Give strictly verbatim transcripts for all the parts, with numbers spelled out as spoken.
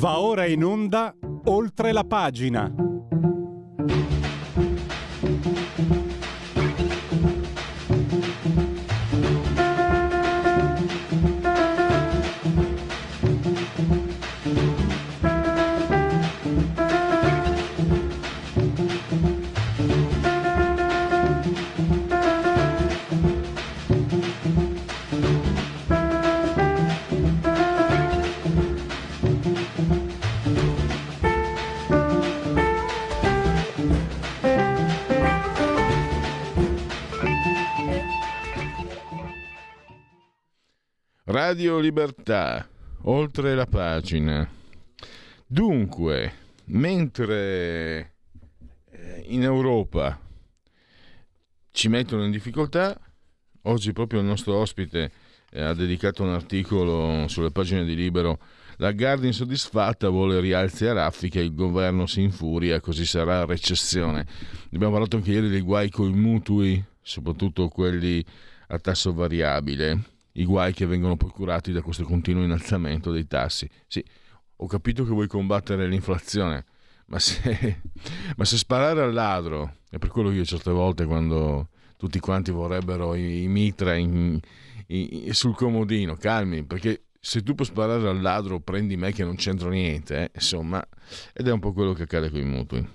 Va ora in onda Oltre la pagina. Radio Libertà, oltre la pagina. Dunque, mentre in Europa ci mettono in difficoltà, oggi proprio il nostro ospite ha dedicato un articolo sulle pagine di Libero. La Guardia insoddisfatta vuole rialzi a raffica, il governo si infuria, così sarà recessione. Abbiamo parlato anche ieri dei guai con i mutui, soprattutto quelli a tasso variabile. I guai che vengono procurati da questo continuo innalzamento dei tassi. Sì, ho capito che vuoi combattere l'inflazione, ma se, ma se sparare al ladro, è per quello che io certe volte quando tutti quanti vorrebbero i, i mitra in, in, sul comodino, calmi, perché se tu puoi sparare al ladro prendi me che non c'entro niente, eh, insomma, ed è un po' quello che accade con i mutui.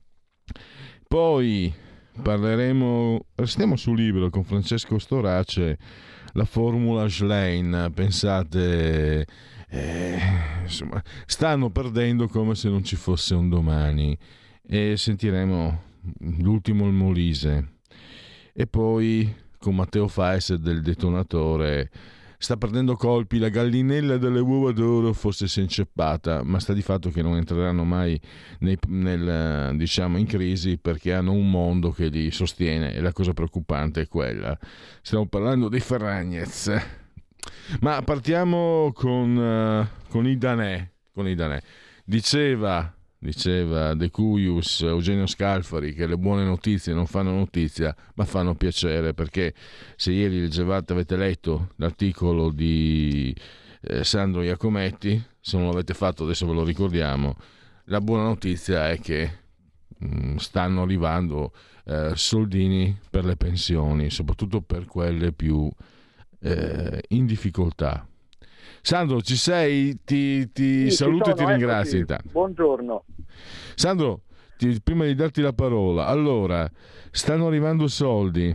Poi parleremo, restiamo sul libro con Francesco Storace. La formula Schlein, pensate, eh, insomma, stanno perdendo come se non ci fosse un domani. E sentiremo l'ultimo il Molise. E poi con Matteo Faes del Detonatore. Sta perdendo colpi la gallinella delle uova d'oro, forse si è inceppata, ma sta di fatto che non entreranno mai nei, nel, diciamo, in crisi, perché hanno un mondo che li sostiene, e la cosa preoccupante è quella. Stiamo parlando dei Ferragnez. Ma partiamo con, uh, con i danè, con i danè. Diceva Diceva De Cuius, Eugenio Scalfari, che le buone notizie non fanno notizia ma fanno piacere, perché se ieri leggevate, avete letto l'articolo di eh, Sandro Iacometti, se non l'avete fatto adesso ve lo ricordiamo, la buona notizia è che mh, stanno arrivando eh, soldini per le pensioni, soprattutto per quelle più eh, in difficoltà. Sandro, ci sei? Ti, ti sì, saluto ci sono, e ti ringrazio. Eccoci. Buongiorno. Sandro, ti, prima di darti la parola, allora, stanno arrivando soldi.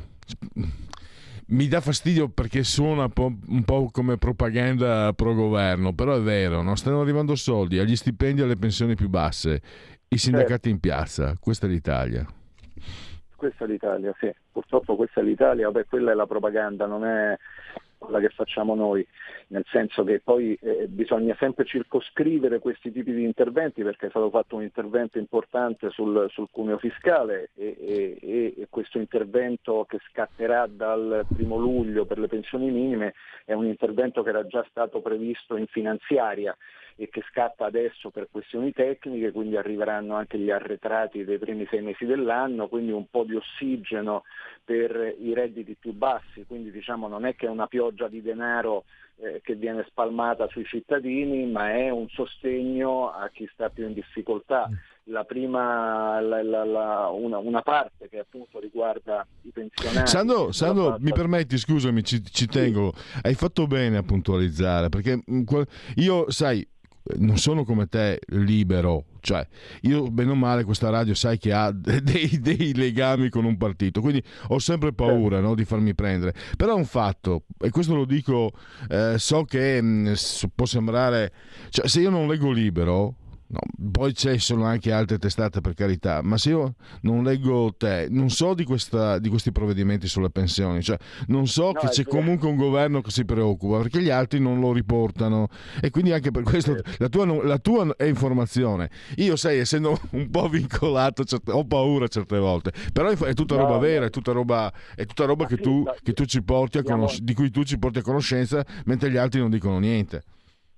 Mi dà fastidio perché suona un po', un po' come propaganda pro governo, però è vero, no? Stanno arrivando soldi agli stipendi e alle pensioni più basse, i sindacati certo. In piazza, questa è l'Italia. Questa è l'Italia, sì. Purtroppo questa è l'Italia, beh, quella è la propaganda, non è quella che facciamo noi, nel senso che poi eh, bisogna sempre circoscrivere questi tipi di interventi, perché è stato fatto un intervento importante sul, sul cuneo fiscale e, e, e questo intervento che scatterà dal primo luglio per le pensioni minime è un intervento che era già stato previsto in finanziaria e che scatta adesso per questioni tecniche, quindi arriveranno anche gli arretrati dei primi sei mesi dell'anno, quindi un po' di ossigeno per i redditi più bassi, quindi diciamo non è che è una pioggia di denaro eh, che viene spalmata sui cittadini, ma è un sostegno a chi sta più in difficoltà. La prima, la, la, la, una, una parte che appunto riguarda i pensionati. Sandro, Sandro mi permetti, scusami, ci, ci tengo, sì. Hai fatto bene a puntualizzare, perché io, sai, non sono come te libero, cioè io bene o male questa radio sai che ha dei, dei legami con un partito, quindi ho sempre paura, no, di farmi prendere, però è un fatto, e questo lo dico, eh, so che mh, può sembrare, cioè se io non leggo Libero, no, poi ci sono anche altre testate per carità, ma se io non leggo te, non so di, questa, di questi provvedimenti sulle pensioni, cioè non so no, che c'è vero. Comunque un governo che si preoccupa, perché gli altri non lo riportano, e quindi anche per questo la tua, la tua è informazione. Io, sai, essendo un po' vincolato, certe, ho paura certe volte, però è tutta roba no, vera, no. è tutta roba, è tutta roba che, sì, tu, no, che tu ci porti a conosc- di cui tu ci porti a conoscenza, mentre gli altri non dicono niente.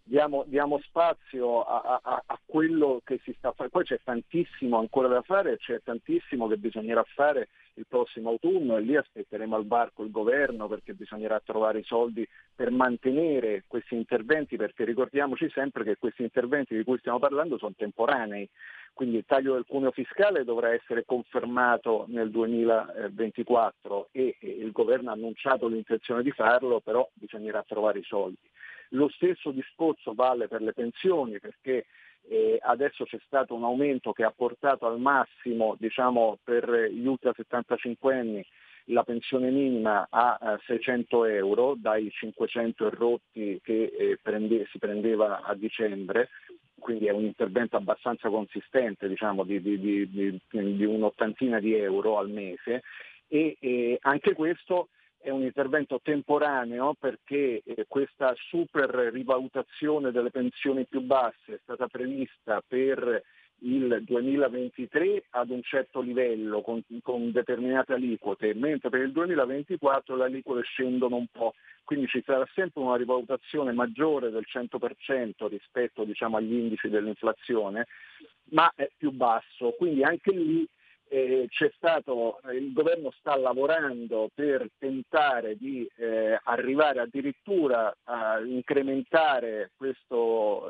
diamo, diamo spazio a, a, a quello che si sta facendo. Poi c'è tantissimo ancora da fare, c'è tantissimo che bisognerà fare il prossimo autunno, e lì aspetteremo al varco il governo, perché bisognerà trovare i soldi per mantenere questi interventi, perché ricordiamoci sempre che questi interventi di cui stiamo parlando sono temporanei. Quindi il taglio del cuneo fiscale dovrà essere confermato nel duemilaventiquattro e, e il governo ha annunciato l'intenzione di farlo, però bisognerà trovare i soldi. Lo stesso discorso vale per le pensioni, perché eh, adesso c'è stato un aumento che ha portato al massimo, diciamo, per gli ultra settantacinque anni la pensione minima a eh, seicento euro dai cinquecento e rotti che eh, prende, si prendeva a dicembre. Quindi è un intervento abbastanza consistente, diciamo, di, di, di, di, di un'ottantina di euro al mese, e, e anche questo è un intervento temporaneo, perché eh, questa super rivalutazione delle pensioni più basse è stata prevista per il duemilaventitré ad un certo livello con, con determinate aliquote, mentre per il duemilaventiquattro le aliquote scendono un po', quindi ci sarà sempre una rivalutazione maggiore del cento per cento rispetto, diciamo, agli indici dell'inflazione, ma è più basso, quindi anche lì eh, c'è stato, il governo sta lavorando per tentare di eh, arrivare addirittura a incrementare questo,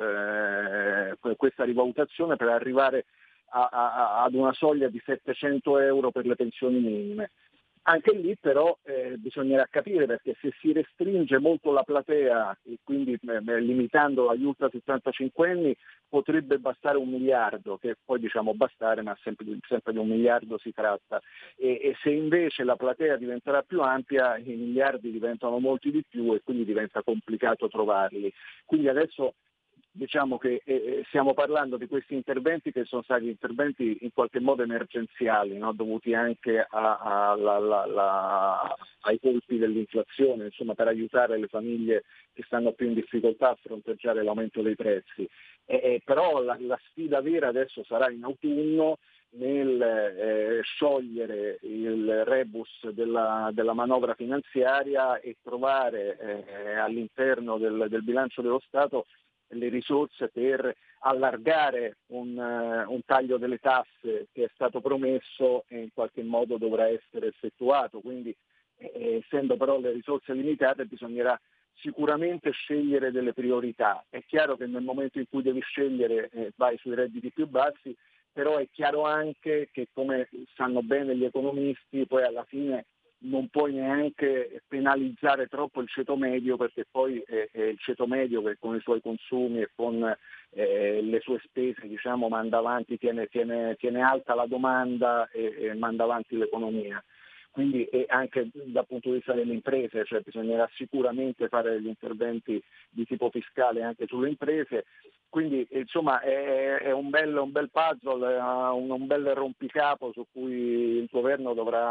eh, questa rivalutazione per arrivare a, a, ad una soglia di settecento euro per le pensioni minime. Anche lì però eh, bisognerà capire, perché se si restringe molto la platea e quindi eh, limitando agli ultra settantacinque anni potrebbe bastare un miliardo, che poi diciamo bastare, ma sempre, sempre di un miliardo si tratta, e, e se invece la platea diventerà più ampia i miliardi diventano molti di più e quindi diventa complicato trovarli. Quindi adesso diciamo che eh, stiamo parlando di questi interventi che sono stati interventi in qualche modo emergenziali, no? Dovuti anche a, a, la, la, la, ai colpi dell'inflazione, insomma, per aiutare le famiglie che stanno più in difficoltà a fronteggiare l'aumento dei prezzi. E, e però la, la sfida vera adesso sarà in autunno nel eh, sciogliere il rebus della, della manovra finanziaria e trovare eh, all'interno del, del bilancio dello Stato le risorse per allargare un, uh, un taglio delle tasse che è stato promesso e in qualche modo dovrà essere effettuato. Quindi eh, essendo però le risorse limitate bisognerà sicuramente scegliere delle priorità. È chiaro che nel momento in cui devi scegliere eh, vai sui redditi più bassi, però è chiaro anche che, come sanno bene gli economisti, poi alla fine non puoi neanche penalizzare troppo il ceto medio, perché poi è, è il ceto medio che con i suoi consumi e con eh, le sue spese, diciamo, manda avanti, tiene, tiene, tiene alta la domanda e, e manda avanti l'economia. Quindi e anche dal punto di vista delle imprese, cioè bisognerà sicuramente fare degli interventi di tipo fiscale anche sulle imprese. Quindi insomma è, è un, bel, un bel puzzle, è un, un bel rompicapo su cui il governo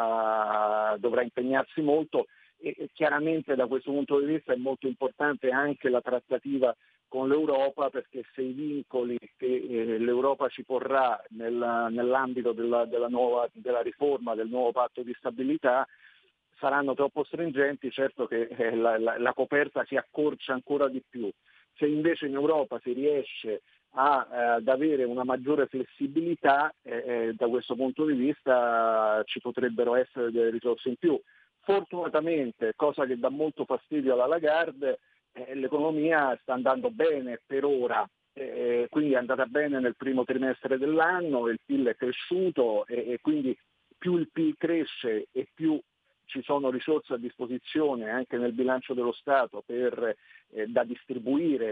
dovrà, dovrà impegnarsi molto, e, e chiaramente da questo punto di vista è molto importante anche la trattativa con l'Europa, perché se i vincoli che eh, l'Europa ci porrà nella, nell'ambito della, della, nuova, della riforma del nuovo patto di stabilità saranno troppo stringenti, certo che eh, la, la, la coperta si accorcia ancora di più. Se invece in Europa si riesce a, eh, ad avere una maggiore flessibilità, eh, eh, da questo punto di vista ci potrebbero essere delle risorse in più. Fortunatamente, cosa che dà molto fastidio alla Lagarde, eh, l'economia sta andando bene per ora, eh, quindi è andata bene nel primo trimestre dell'anno, il P I L è cresciuto e, e quindi più il P I L cresce e più ci sono risorse a disposizione anche nel bilancio dello Stato per, eh, da distribuire,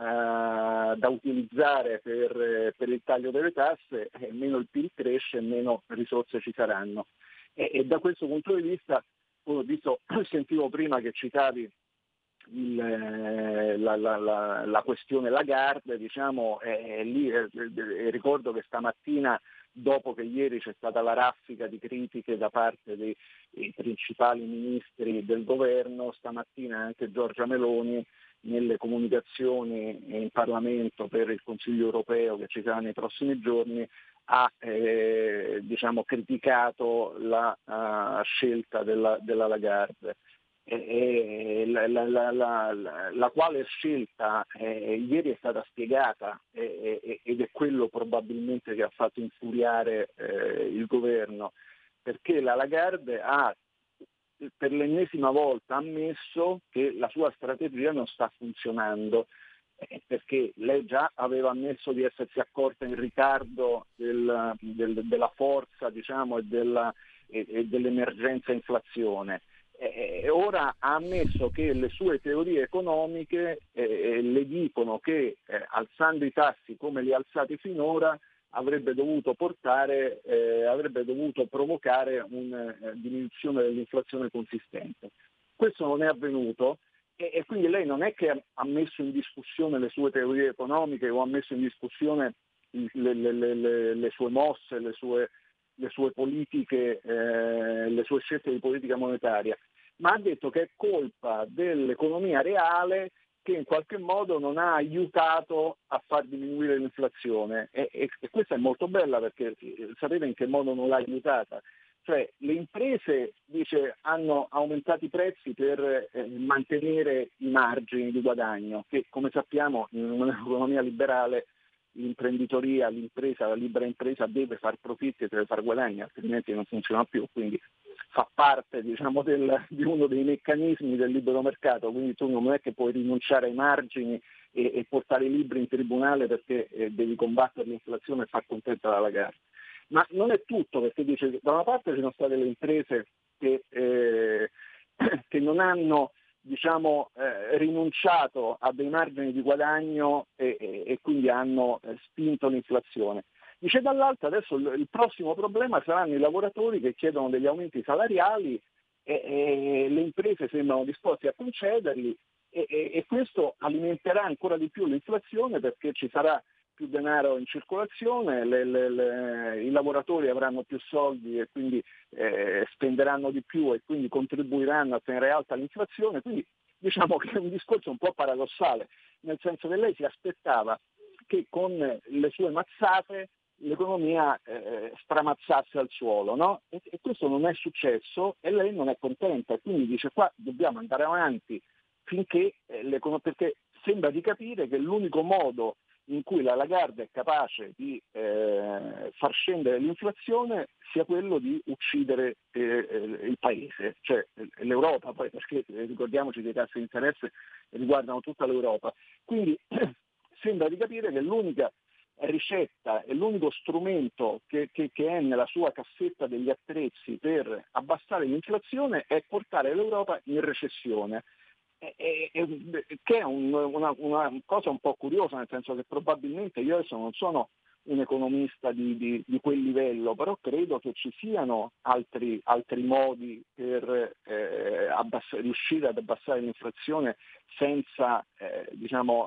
da, uh, da utilizzare per, per il taglio delle tasse, eh, meno il P I L cresce, meno risorse ci saranno. E, e da questo punto di vista, ho visto, sentivo prima che citavi il, eh, la, la, la, la questione Lagarde, diciamo, è, è lì, è, è, ricordo che stamattina, dopo che ieri c'è stata la raffica di critiche da parte dei, dei principali ministri del governo, stamattina anche Giorgia Meloni nelle comunicazioni in Parlamento per il Consiglio europeo che ci sarà nei prossimi giorni ha eh, diciamo, criticato la uh, scelta della, della Lagarde. eh, la, la, la, la, la quale scelta eh, ieri è stata spiegata eh, eh, ed è quello probabilmente che ha fatto infuriare eh, il governo, perché la Lagarde ha per l'ennesima volta ammesso che la sua strategia non sta funzionando, eh, perché lei già aveva ammesso di essersi accorta in ritardo del, del, della forza, diciamo, e, della, e, e dell'emergenza inflazione. E ora ha ammesso che le sue teorie economiche eh, le dicono che eh, alzando i tassi come li ha alzati finora avrebbe dovuto portare, eh, avrebbe dovuto provocare una eh, diminuzione dell'inflazione consistente. Questo non è avvenuto e, e quindi lei non è che ha messo in discussione le sue teorie economiche o ha messo in discussione le, le, le, le sue mosse, le sue, le sue politiche, eh, le sue scelte di politica monetaria, ma ha detto che è colpa dell'economia reale che in qualche modo non ha aiutato a far diminuire l'inflazione e, e, e questa è molto bella perché sapete in che modo non l'ha aiutata? Cioè le imprese, dice, hanno aumentato i prezzi per eh, mantenere i margini di guadagno che come sappiamo in un'economia liberale l'imprenditoria, l'impresa, la libera impresa deve far profitti e deve far guadagni, altrimenti non funziona più, quindi fa parte, diciamo, del, di uno dei meccanismi del libero mercato, quindi tu non è che puoi rinunciare ai margini e, e portare i libri in tribunale perché eh, devi combattere l'inflazione e far contenta la Lagarde. Ma non è tutto, perché dice che da una parte ci sono state le imprese che, eh, che non hanno diciamo, eh, rinunciato a dei margini di guadagno e, e, e quindi hanno eh, spinto l'inflazione. Dice dall'altra adesso il, il prossimo problema saranno i lavoratori che chiedono degli aumenti salariali e, e le imprese sembrano disposte a concederli e, e, e questo alimenterà ancora di più l'inflazione perché ci sarà più denaro in circolazione, le, le, le, i lavoratori avranno più soldi e quindi eh, spenderanno di più e quindi contribuiranno a tenere alta l'inflazione, quindi diciamo che è un discorso un po' paradossale, nel senso che lei si aspettava che con le sue mazzate l'economia eh, stramazzasse al suolo, no? E, e questo non è successo e lei non è contenta, quindi dice qua dobbiamo andare avanti finché eh, l'economia, perché sembra di capire che l'unico modo in cui la Lagarde è capace di eh, far scendere l'inflazione sia quello di uccidere eh, il paese, cioè l'Europa, poi perché ricordiamoci che i tassi di interesse riguardano tutta l'Europa. Quindi sembra di capire che l'unica ricetta e l'unico strumento che, che, che è nella sua cassetta degli attrezzi per abbassare l'inflazione è portare l'Europa in recessione. E, e, che è un, una, una cosa un po' curiosa, nel senso che probabilmente io adesso non sono un economista di, di, di quel livello, però credo che ci siano altri, altri modi per eh, abbass- riuscire ad abbassare l'inflazione senza eh, diciamo,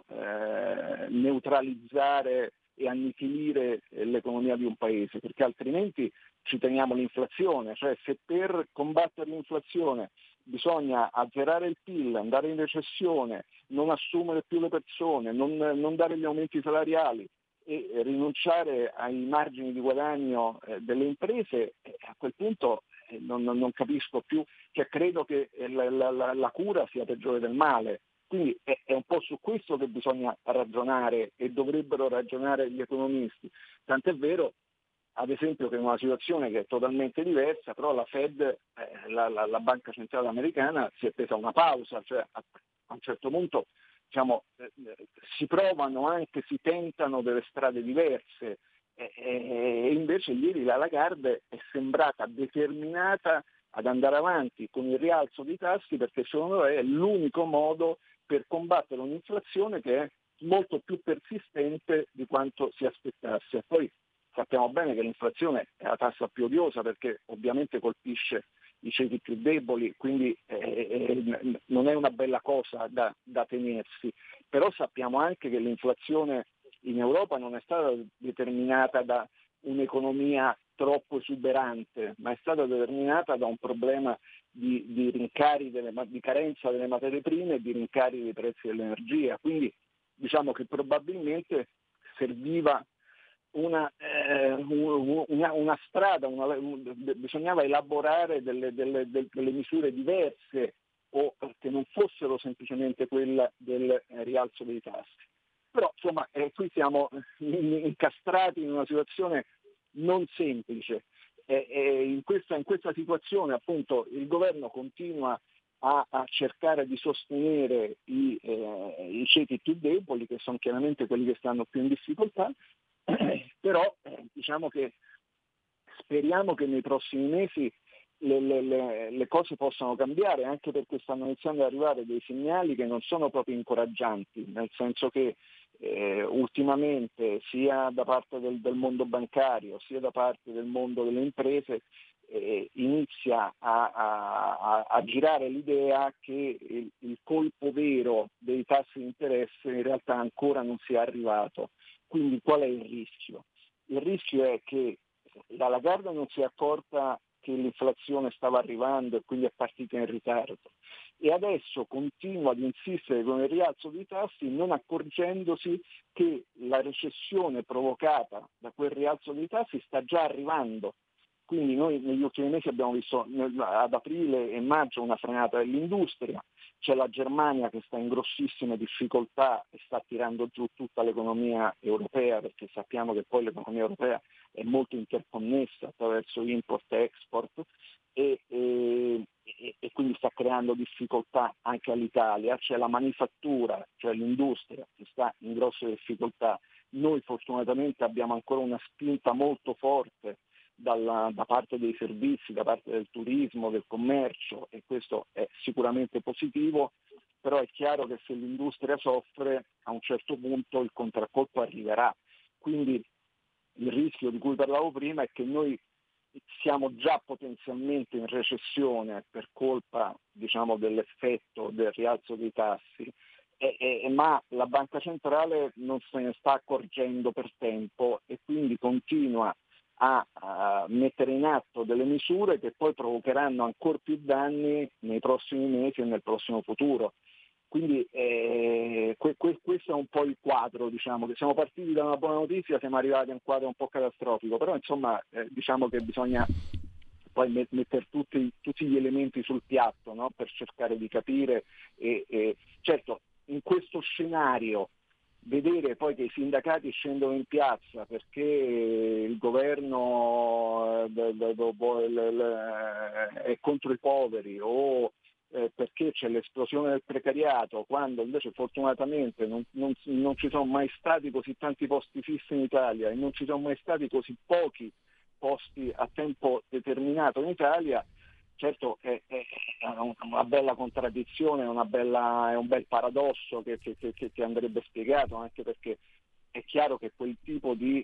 eh, neutralizzare e annichilire l'economia di un paese, perché altrimenti ci teniamo l'inflazione, cioè se per combattere l'inflazione bisogna azzerare il P I L, andare in recessione, non assumere più le persone, non, non dare gli aumenti salariali e rinunciare ai margini di guadagno eh, delle imprese, eh, a quel punto eh, non, non capisco più, cioè credo che la, la, la cura sia peggiore del male. Quindi è, è un po' su questo che bisogna ragionare e dovrebbero ragionare gli economisti. Tant'è vero, ad esempio, che in una situazione che è totalmente diversa, però la Fed, eh, la, la, la Banca Centrale Americana, si è presa una pausa, cioè a, a un certo punto diciamo, eh, si provano anche, si tentano delle strade diverse e, e invece ieri la Lagarde è sembrata determinata ad andare avanti con il rialzo dei tassi perché secondo lei è l'unico modo per combattere un'inflazione che è molto più persistente di quanto si aspettasse. Poi sappiamo bene che l'inflazione è la tassa più odiosa perché ovviamente colpisce i ceti più deboli, quindi eh, non è una bella cosa da, da tenersi, però sappiamo anche che l'inflazione in Europa non è stata determinata da un'economia troppo esuberante, ma è stata determinata da un problema di, di rincari, delle, di carenza delle materie prime e di rincari dei prezzi dell'energia, quindi diciamo che probabilmente serviva Una, eh, una, una strada, una, un, bisognava elaborare delle, delle, delle misure diverse o solo semplicemente quella del eh, rialzo dei tassi. Però insomma eh, qui siamo incastrati in una situazione non semplice. Eh, eh, in, questa, in questa situazione appunto il governo continua a, a cercare di sostenere i, eh, i ceti più deboli, che sono chiaramente quelli che stanno più in difficoltà, eh, però eh, diciamo che speriamo che nei prossimi mesi le, le, le, le cose possano cambiare, anche perché stanno iniziando ad arrivare dei segnali che non sono proprio incoraggianti, nel senso che eh, ultimamente sia da parte del, del mondo bancario sia da parte del mondo delle imprese eh, inizia a, a, a girare l'idea che il, il colpo vero dei tassi di interesse in realtà ancora non sia arrivato. Quindi qual è il rischio? Il rischio è che la Lagarde non si è accorta che l'inflazione stava arrivando e quindi è partita in ritardo e adesso continua ad insistere con il rialzo dei tassi non accorgendosi che la recessione provocata da quel rialzo dei tassi sta già arrivando. Quindi noi negli ultimi mesi abbiamo visto ad aprile e maggio una frenata dell'industria, c'è la Germania che sta in grossissime difficoltà e sta tirando giù tutta l'economia europea, perché sappiamo che poi l'economia europea è molto interconnessa attraverso import e export e, e, e quindi sta creando difficoltà anche all'Italia. C'è la manifattura, cioè l'industria, che sta in grosse difficoltà. Noi fortunatamente abbiamo ancora una spinta molto forte Dalla, da parte dei servizi, da parte del turismo, del commercio, e questo è sicuramente positivo, però è chiaro che se l'industria soffre a un certo punto il contraccolpo arriverà. Quindi il rischio di cui parlavo prima è che noi siamo già potenzialmente in recessione per colpa, diciamo, dell'effetto del rialzo dei tassi, e, e, ma la Banca Centrale non se ne sta accorgendo per tempo e quindi continua a, a mettere in atto delle misure che poi provocheranno ancora più danni nei prossimi mesi e nel prossimo futuro. Quindi eh, que, que, questo è un po' il quadro, diciamo, che siamo partiti da una buona notizia, siamo arrivati a un quadro un po' catastrofico, però insomma eh, diciamo che bisogna poi met- mettere tutti, tutti gli elementi sul piatto, no? Per cercare di capire e, e certo in questo scenario vedere poi che i sindacati scendono in piazza perché il governo è contro i poveri o perché c'è l'esplosione del precariato, quando invece fortunatamente non, non, non ci sono mai stati così tanti posti fissi in Italia e non ci sono mai stati così pochi posti a tempo determinato in Italia. Certo è, è una bella contraddizione, una bella, è un bel paradosso che, che, che, che andrebbe spiegato, anche perché è chiaro che quel tipo di,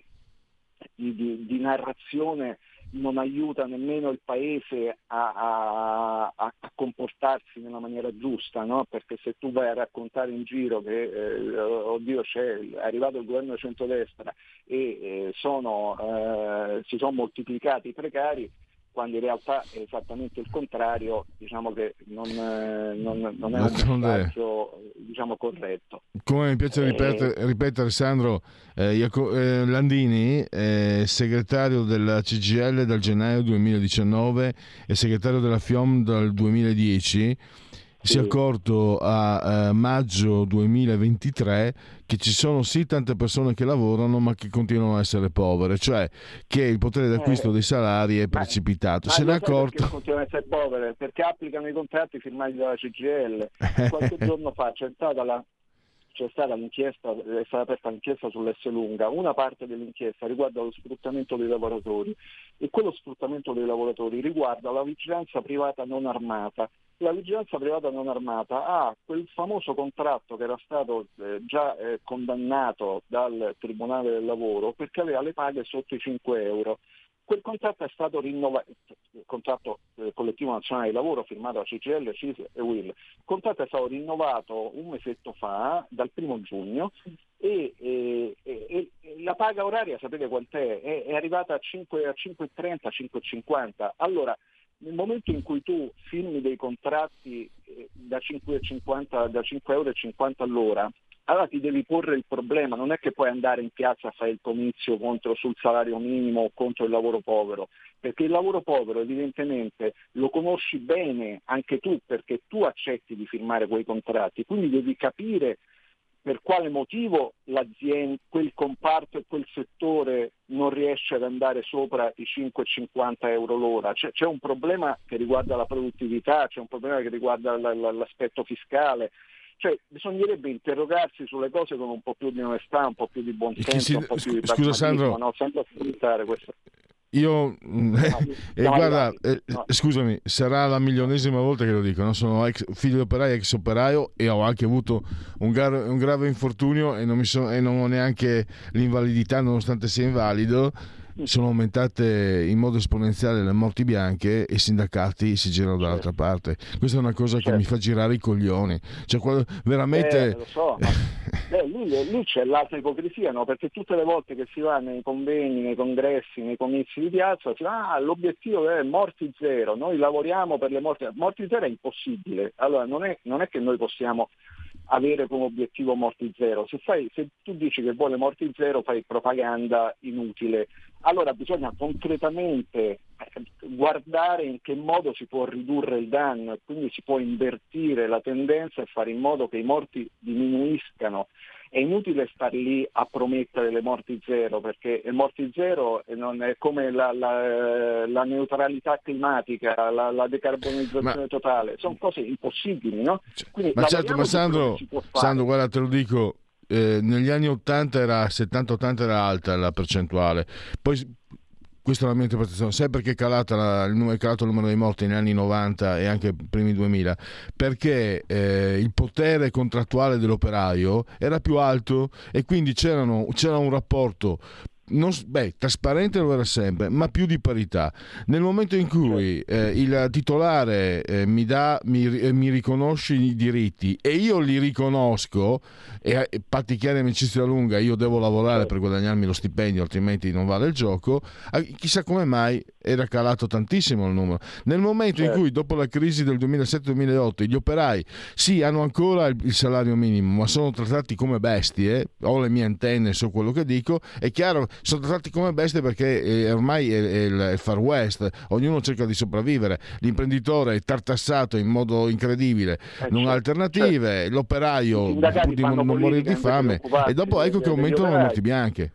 di, di, di narrazione non aiuta nemmeno il paese a, a, a comportarsi nella maniera giusta, no? Perché se tu vai a raccontare in giro che eh, oddio c'è, è arrivato il governo di centrodestra e eh, sono, eh, si sono moltiplicati i precari, quando in realtà è esattamente il contrario, diciamo che non, non, non è un messaggio, diciamo, corretto. Come mi piace ripetere, eh, ripetere Sandro, eh, Iaco, eh, Landini, eh, segretario della C G I L dal gennaio duemiladiciannove e segretario della F I O M dal duemiladieci, si è accorto a uh, maggio duemilaventitré che ci sono sì tante persone che lavorano ma che continuano a essere povere, cioè che il potere d'acquisto eh, dei salari è precipitato. Ma, se ma ne è accorto perché continuano a essere povere? Perché applicano i contratti firmati dalla C G I L. Qualche giorno fa c'è stata la c'è stata l'inchiesta, è stata aperta l'inchiesta sull'S lunga. Una parte dell'inchiesta riguarda lo sfruttamento dei lavoratori e quello sfruttamento dei lavoratori riguarda la vigilanza privata non armata. La vigilanza privata non armata ha quel famoso contratto che era stato eh, già eh, condannato dal Tribunale del Lavoro perché aveva le paghe sotto i cinque euro. Quel contratto è stato rinnovato, il contratto eh, collettivo nazionale di lavoro firmato da C G I L, C I S e U I L. Il contratto è stato rinnovato un mesetto fa, dal primo giugno, e, e, e, e la paga oraria, sapete quant'è? È, è arrivata a cinque, a cinque e trenta, cinque e cinquanta. Allora, nel momento in cui tu firmi dei contratti eh, da cinque e cinquanta, da cinque euro e cinquanta all'ora, allora ti devi porre il problema, non è che puoi andare in piazza a fare il comizio contro sul salario minimo o contro il lavoro povero, perché il lavoro povero evidentemente lo conosci bene anche tu, perché tu accetti di firmare quei contratti, quindi devi capire per quale motivo l'azienda, quel comparto e quel settore non riesce ad andare sopra i cinque virgola cinquanta euro l'ora. C'è, c'è un problema che riguarda la produttività, c'è un problema che riguarda l- l- l'aspetto fiscale. Cioè, bisognerebbe interrogarsi sulle cose con un po' più di onestà, un po' più di buon senso, si... un po' più di Scusa pragmatismo, Sandro, no? Senza affrontare questo. Io, eh, guarda, eh, no. scusami, sarà la milionesima volta che lo dico, no? Sono ex, figlio di operaio, ex operaio e ho anche avuto un, gar- un grave infortunio e non, mi so- e non ho neanche l'invalidità nonostante sia invalido. Sono aumentate in modo esponenziale le morti bianche e i sindacati si girano dall'altra certo. parte. Questa è una cosa certo. che mi fa girare i coglioni. Cioè, quando, veramente... Eh, lo so, ma eh, lì, lì c'è l'altra ipocrisia, no? Perché tutte le volte che si va nei convegni, nei congressi, nei comizi di piazza, si va, ah, l'obiettivo è morti zero, noi lavoriamo per le morti. Morti zero è impossibile. Allora, non è, non è che noi possiamo avere come obiettivo morti zero. Se, fai, se tu dici che vuole morti zero, fai propaganda inutile. Allora bisogna concretamente guardare in che modo si può ridurre il danno e quindi si può invertire la tendenza e fare in modo che i morti diminuiscano. È inutile star lì a promettere le morti zero, perché le morti zero non è come la, la, la neutralità climatica, la, la decarbonizzazione ma, totale, sono cose impossibili, no? Quindi ma certo, ma Sandro, Sandro, guarda, te lo dico, eh, negli anni ottanta era settanta ottanta era alta la percentuale, poi questa è la mia interpretazione. Sai perché è, calata la, il numero, è calato il numero dei morti negli anni novanta e anche primi duemila? Perché eh, il potere contrattuale dell'operaio era più alto e quindi c'erano, c'era un rapporto non, beh, trasparente lo era sempre, ma più di parità. Nel momento in cui eh, il titolare eh, mi dà, mi, eh, mi riconosce i diritti e io li riconosco, e eh, patti chiari, amicizia lunga, io devo lavorare per guadagnarmi lo stipendio, altrimenti non vale il gioco, eh, chissà come mai era calato tantissimo il numero. Nel momento certo. in cui dopo la crisi del duemilasette duemilaotto gli operai sì hanno ancora il, il salario minimo, ma sono trattati come bestie, ho le mie antenne, so quello che dico, è chiaro, sono trattati come bestie perché eh, ormai è, è il Far West, ognuno cerca di sopravvivere, l'imprenditore è tartassato in modo incredibile, eh, non certo. ha alternative, certo. l'operaio pur di non, non morire di fame e dopo ecco che aumentano le morti bianche.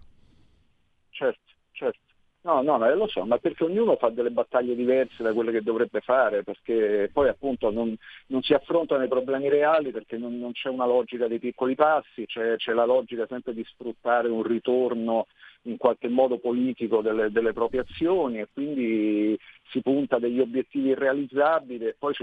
Certo, certo. No, no, no, lo so, ma perché ognuno fa delle battaglie diverse da quelle che dovrebbe fare, perché poi appunto non, non si affrontano i problemi reali, perché non, non c'è una logica dei piccoli passi, c'è, c'è la logica sempre di sfruttare un ritorno in qualche modo politico delle, delle proprie azioni, e quindi si punta a degli obiettivi irrealizzabili e poi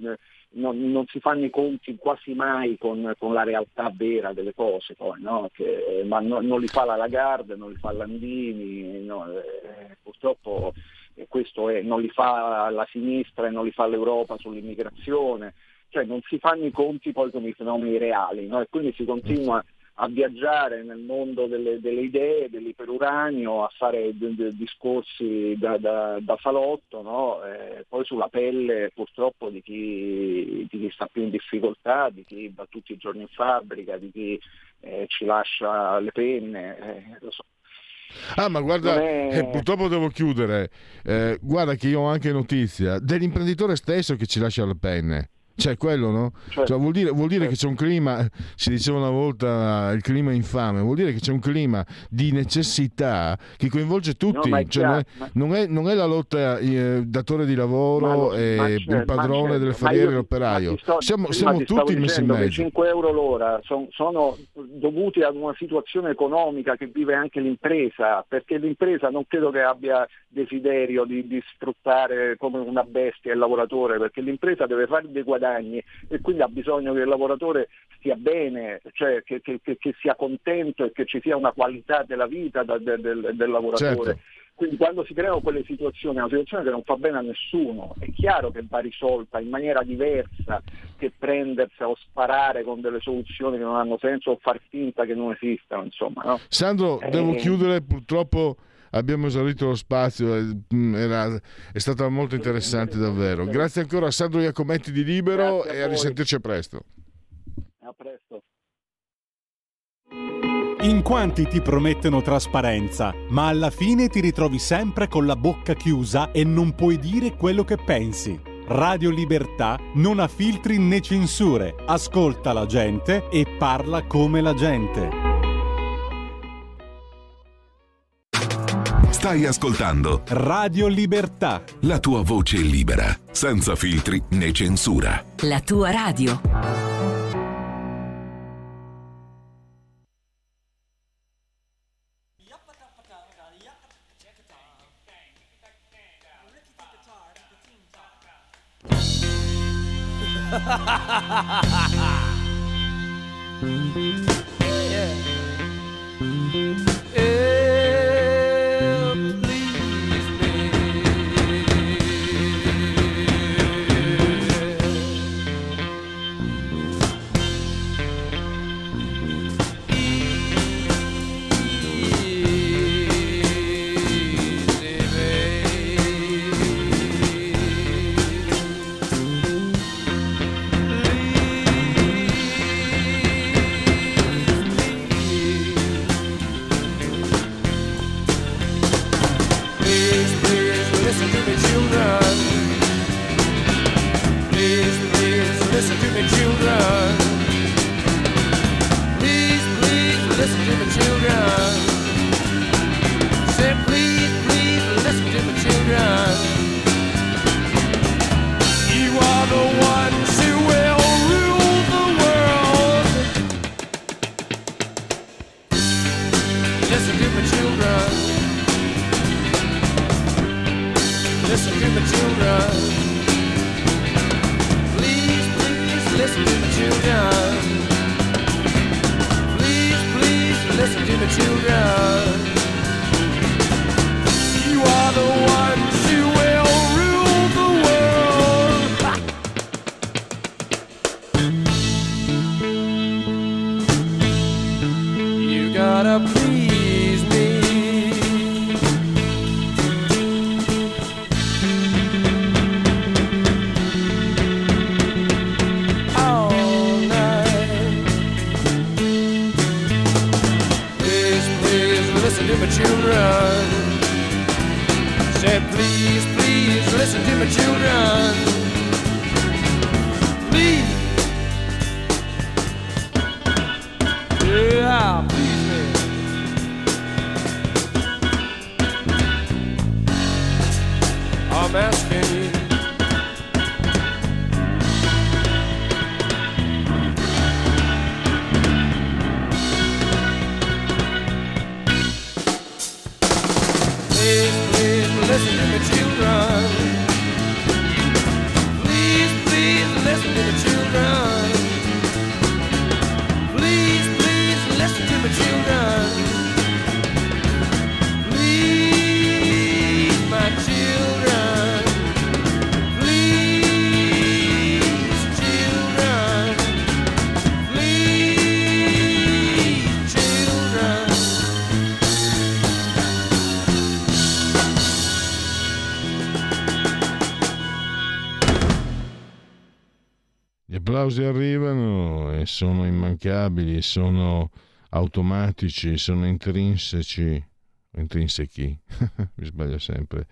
non, non si fanno i conti quasi mai con, con la realtà vera delle cose, poi, no? Che, ma no, non li fa la Lagarde, non li fa Landini, no? eh, purtroppo eh, questo è, non li fa la sinistra e non li fa l'Europa sull'immigrazione, cioè non si fanno i conti poi con i fenomeni reali, no? E quindi si continua a viaggiare nel mondo delle, delle idee, dell'iperuranio, a fare d- d- discorsi da, da, da salotto, no? E poi sulla pelle purtroppo di chi, di chi sta più in difficoltà, di chi va tutti i giorni in fabbrica, di chi eh, ci lascia le penne, eh, lo so. Ah, ma guarda, è... eh, purtroppo devo chiudere. Eh, guarda che io ho anche notizia dell'imprenditore stesso che ci lascia le penne. Cioè quello, no? Certo. Cioè, vuol dire, vuol dire certo. che c'è un clima, si diceva una volta il clima è infame, vuol dire che c'è un clima di necessità che coinvolge tutti, no, cioè, non, è, ma... non, è, non è la lotta eh, datore di lavoro lo, e il padrone delle ferriere e l'operaio, sto, siamo, siamo tutti messi in mezzo. cinque euro l'ora son, sono dovuti ad una situazione economica che vive anche l'impresa, perché l'impresa non credo che abbia desiderio di, di sfruttare come una bestia il lavoratore, perché l'impresa deve fare dei guadagni e quindi ha bisogno che il lavoratore stia bene, cioè che, che, che sia contento e che ci sia una qualità della vita da, del, del, del lavoratore. Certo. Quindi quando si creano quelle situazioni, è una situazione che non fa bene a nessuno, è chiaro che va risolta in maniera diversa che prendersi o sparare con delle soluzioni che non hanno senso o far finta che non esistano, insomma, no? Sandro, eh... devo chiudere, purtroppo abbiamo esaurito lo spazio, era, è stata molto interessante davvero. Grazie ancora a Sandro Iacometti di Libero e a risentirci presto. A presto. In quanti ti promettono trasparenza, ma alla fine ti ritrovi sempre con la bocca chiusa e non puoi dire quello che pensi. Radio Libertà non ha filtri né censure, ascolta la gente e parla come la gente. Stai ascoltando Radio Libertà, la tua voce libera, senza filtri né censura. La tua radio. Arrivano e sono immancabili, sono automatici, sono intrinseci, intrinsechi, mi sbaglio sempre.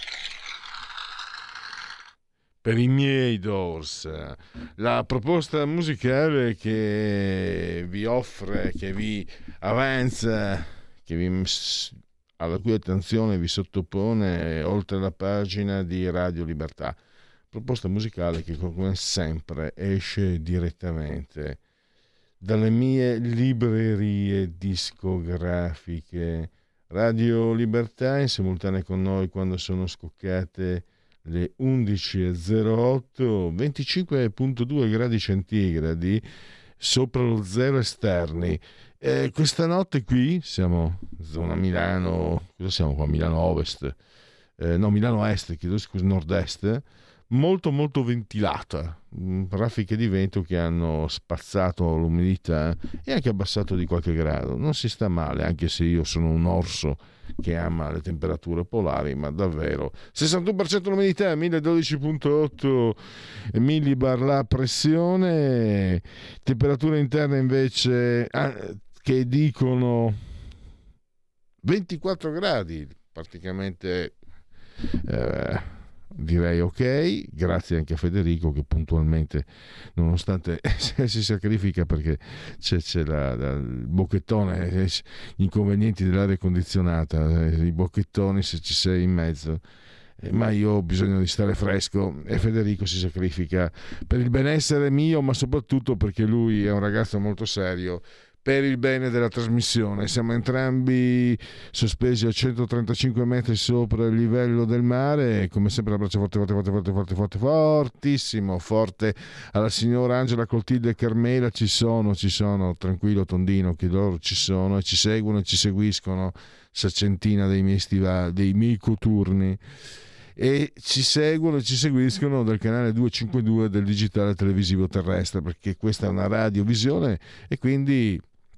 Per i miei Doors, la proposta musicale che vi offre, che vi avanza, che vi, alla cui attenzione vi sottopone oltre la pagina di Radio Libertà. Proposta musicale che come sempre esce direttamente dalle mie librerie discografiche. Radio Libertà in simultanea con noi quando sono scoccate le undici e zero otto, venticinque virgola due gradi centigradi sopra lo zero esterni. E questa notte qui siamo zona Milano, cosa siamo qua? Milano Ovest, eh, no Milano Est, chiedo scusa, Nord-Est. Molto molto ventilata, raffiche di vento che hanno spazzato l'umidità e anche abbassato di qualche grado. Non si sta male, anche se io sono un orso che ama le temperature polari, ma davvero sessantuno per cento l'umidità, mille dodici virgola otto millibar la pressione, temperatura interna invece ah, che dicono ventiquattro gradi, praticamente eh, direi ok, grazie anche a Federico che puntualmente, nonostante si sacrifica perché c'è, c'è la, la, il bocchettone, gli inconvenienti dell'aria condizionata, i bocchettoni se ci sei in mezzo, ma io ho bisogno di stare fresco e Federico si sacrifica per il benessere mio, ma soprattutto perché lui è un ragazzo molto serio, per il bene della trasmissione. Siamo entrambi sospesi a centotrentacinque metri sopra il livello del mare e come sempre un abbraccio forte forte forte forte forte forte fortissimo forte alla signora Angela Coltilde e Carmela. Ci sono, ci sono, tranquillo Tondino, che loro ci sono e ci seguono e ci seguiscono, saccentina dei miei stivali, dei miei coturni, e ci seguono e ci seguiscono dal canale duecentocinquantadue del digitale televisivo terrestre, perché questa è una radiovisione e quindi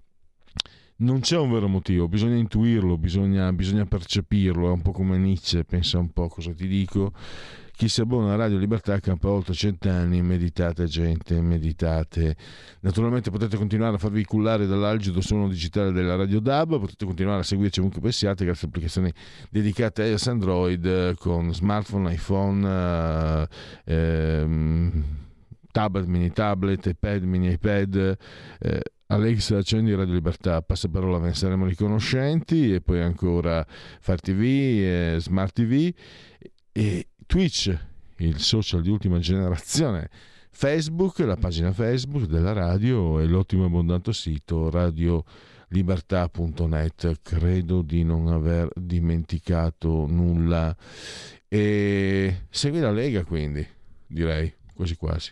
non c'è un vero motivo, bisogna intuirlo, bisogna, bisogna percepirlo. È un po' come Nietzsche, pensa un po' cosa ti dico. Chi si abbona a Radio Libertà campa oltre cent'anni. Meditate gente, meditate. Naturalmente potete continuare a farvi cullare dall'algido suono digitale della Radio D A B, potete continuare a seguirci ovunque pensiate grazie a applicazioni dedicate a iOS, Android, con smartphone, iPhone, eh, ehm, tablet, mini tablet, iPad, mini iPad. eh, Alexa, accendi Radio Libertà, passaparola, ve ne saremo riconoscenti. E poi ancora Fire T V, eh, Smart T V e Twitch, il social di ultima generazione, Facebook, la pagina Facebook della radio e l'ottimo e abbondante sito radiolibertà punto net. Credo di non aver dimenticato nulla. E segui la Lega, quindi direi quasi quasi.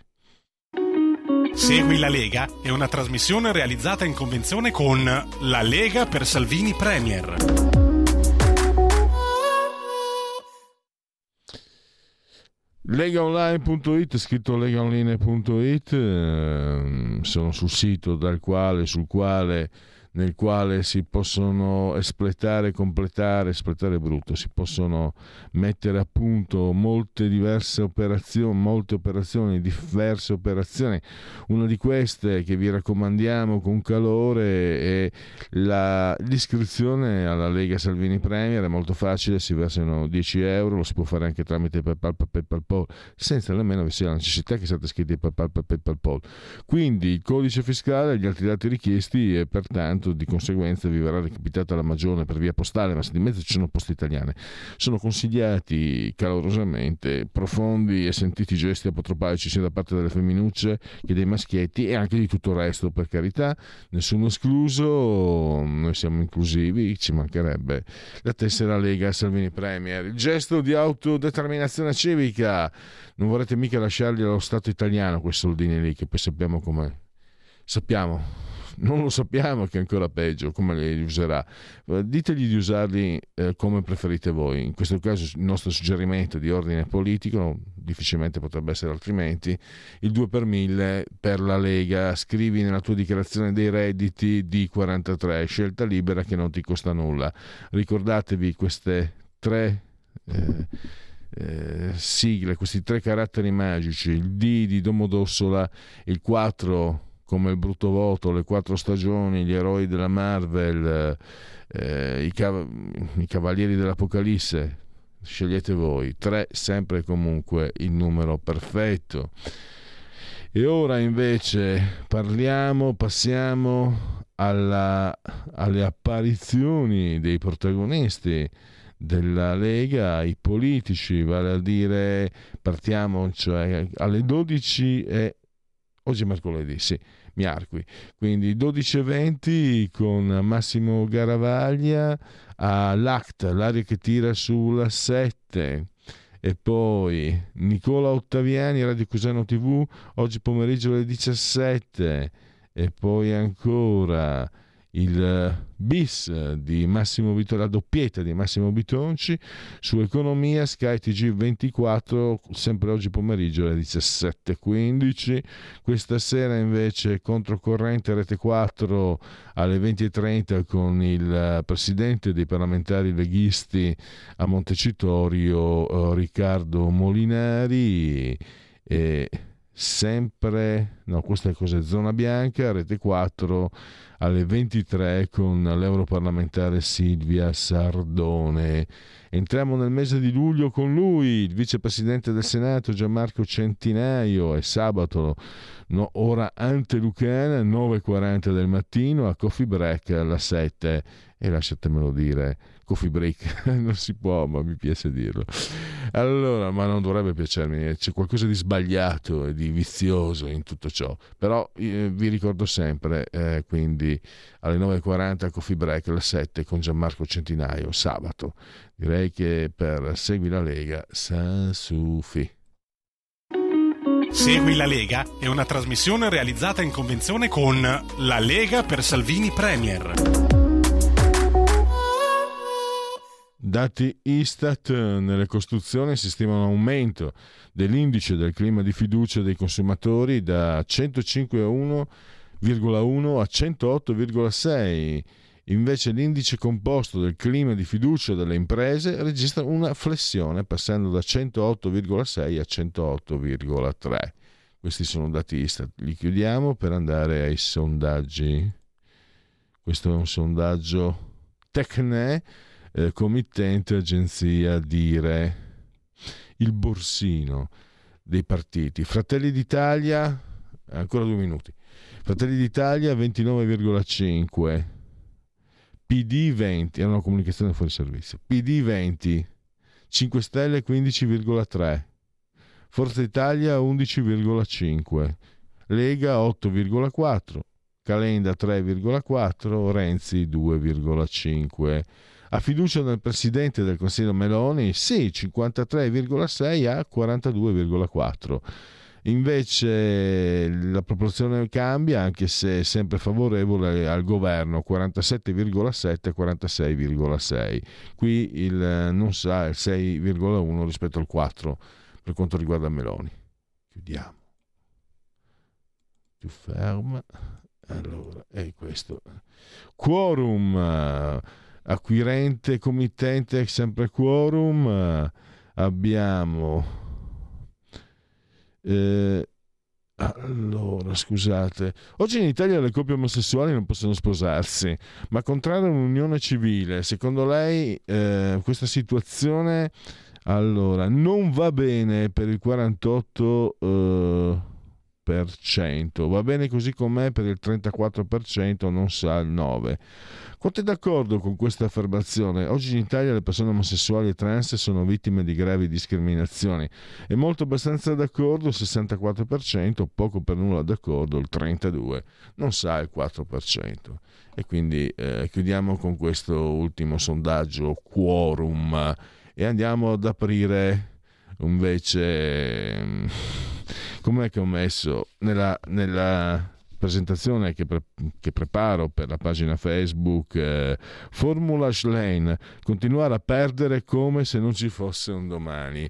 Segui la Lega è una trasmissione realizzata in convenzione con La Lega per Salvini Premier. legaonline punto it, scritto legaonline punto it, eh, sono sul sito dal quale, sul quale, nel quale si possono espletare, completare, espletare brutto, si possono mettere a punto molte diverse operazioni, molte operazioni, diverse operazioni. Una di queste che vi raccomandiamo con calore è la, l'iscrizione alla Lega Salvini Premier. È molto facile, si versano dieci euro, lo si può fare anche tramite PayPal, PayPal, senza nemmeno vi sia la necessità che siate iscritti a PayPal, PayPal. Quindi il codice fiscale e gli altri dati richiesti e pertanto di conseguenza vi verrà recapitata la magione per via postale, ma se di mezzo ci sono poste italiane. Sono consigliati calorosamente profondi e sentiti gesti apotropaici sia da parte delle femminucce che dei maschietti e anche di tutto il resto, per carità, nessuno escluso, noi siamo inclusivi, ci mancherebbe. La tessera Lega Salvini Premier, il gesto di autodeterminazione civica. Non vorrete mica lasciargli allo Stato italiano quei soldini lì, che poi sappiamo com'è. Sappiamo non lo sappiamo che è ancora peggio come li userà. Ditegli di usarli eh, come preferite voi. In questo caso il nostro suggerimento di ordine politico, difficilmente potrebbe essere altrimenti, il due per mille per la Lega. Scrivi nella tua dichiarazione dei redditi D quarantatré, scelta libera che non ti costa nulla. Ricordatevi queste tre eh, eh, sigle, questi tre caratteri magici: il D di Domodossola, il quattro come il brutto voto, le quattro stagioni, gli eroi della Marvel, eh, i, cav- i cavalieri dell'Apocalisse, scegliete voi. Tre sempre e comunque il numero perfetto. E ora invece parliamo, passiamo alla, alle apparizioni dei protagonisti della Lega, i politici, vale a dire partiamo cioè alle dodici e oggi è mercoledì, sì, miarqui, quindi dodici e venti con Massimo Garavaglia all'A C T, l'aria che tira sulla sette, e poi Nicola Ottaviani, Radio Cusano tivù, oggi pomeriggio alle diciassette, e poi ancora il bis di Massimo Bitonci, la doppietta di Massimo Bitonci su Economia, Sky T G ventiquattro, sempre oggi pomeriggio alle diciassette e quindici. Questa sera invece Controcorrente Rete quattro alle venti e trenta con il presidente dei parlamentari leghisti a Montecitorio, Riccardo Molinari. E sempre no, questa cosa, zona bianca, Rete quattro alle ventitré con l'europarlamentare Silvia Sardone. Entriamo nel mese di luglio con lui, il vicepresidente del Senato Gianmarco Centinaio, è sabato, no, ora antelucana, nove e quaranta del mattino, a Coffee Break alla sette, e lasciatemelo dire, Coffee Break non si può, ma mi piace dirlo. Allora, ma non dovrebbe piacermi, c'è qualcosa di sbagliato e di vizioso in tutto ciò, però eh, vi ricordo sempre, eh, quindi alle nove e quaranta Coffee Break alle sette con Gianmarco Centinaio, sabato. Direi che per Segui la Lega San Sufi. Segui la Lega è una trasmissione realizzata in convenzione con La Lega per Salvini Premier. Dati Istat, nelle costruzioni si stima un aumento dell'indice del clima di fiducia dei consumatori da centocinque virgola uno a centootto virgola sei. Invece l'indice composto del clima di fiducia delle imprese registra una flessione passando da centootto virgola sei a centootto virgola tre. Questi sono dati Istat. Li chiudiamo per andare ai sondaggi. Questo è un sondaggio Tecne, eh, committente agenzia Dire. Il borsino dei partiti. Fratelli d'Italia, ancora due minuti. Fratelli d'Italia ventinove virgola cinque. P D venti, è una comunicazione fuori servizio. P D venti, cinque Stelle quindici virgola tre, Forza Italia undici virgola cinque, Lega otto virgola quattro, Calenda tre virgola quattro, Renzi due virgola cinque. A fiducia nel presidente del Consiglio Meloni, sì, cinquantatré virgola sei a quarantadue virgola quattro. Invece la proporzione cambia, anche se è sempre favorevole al governo, quarantasette virgola sette a quarantasei virgola sei. Qui il non sa il sei virgola uno rispetto al quattro per quanto riguarda Meloni. Chiudiamo. Più ferma. Allora, è questo. Quorum, acquirente, committente, sempre quorum. Abbiamo Eh, allora, scusate, oggi in Italia le coppie omosessuali non possono sposarsi, ma contrarre un'unione civile, secondo lei eh, questa situazione allora non va bene per il quarantotto eh, per cento, va bene così com'è per il trentaquattro per cento, non sa il nove per cento. Quanto è d'accordo con questa affermazione? Oggi in Italia le persone omosessuali e trans sono vittime di gravi discriminazioni. È molto abbastanza d'accordo il sessantaquattro per cento, poco per nulla d'accordo il trentadue per cento, non sa il quattro per cento. E quindi eh, chiudiamo con questo ultimo sondaggio quorum e andiamo ad aprire invece, com'è che ho messo nella... nella presentazione che, pre- che preparo per la pagina Facebook, eh, Formula Schlein, continuare a perdere come se non ci fosse un domani.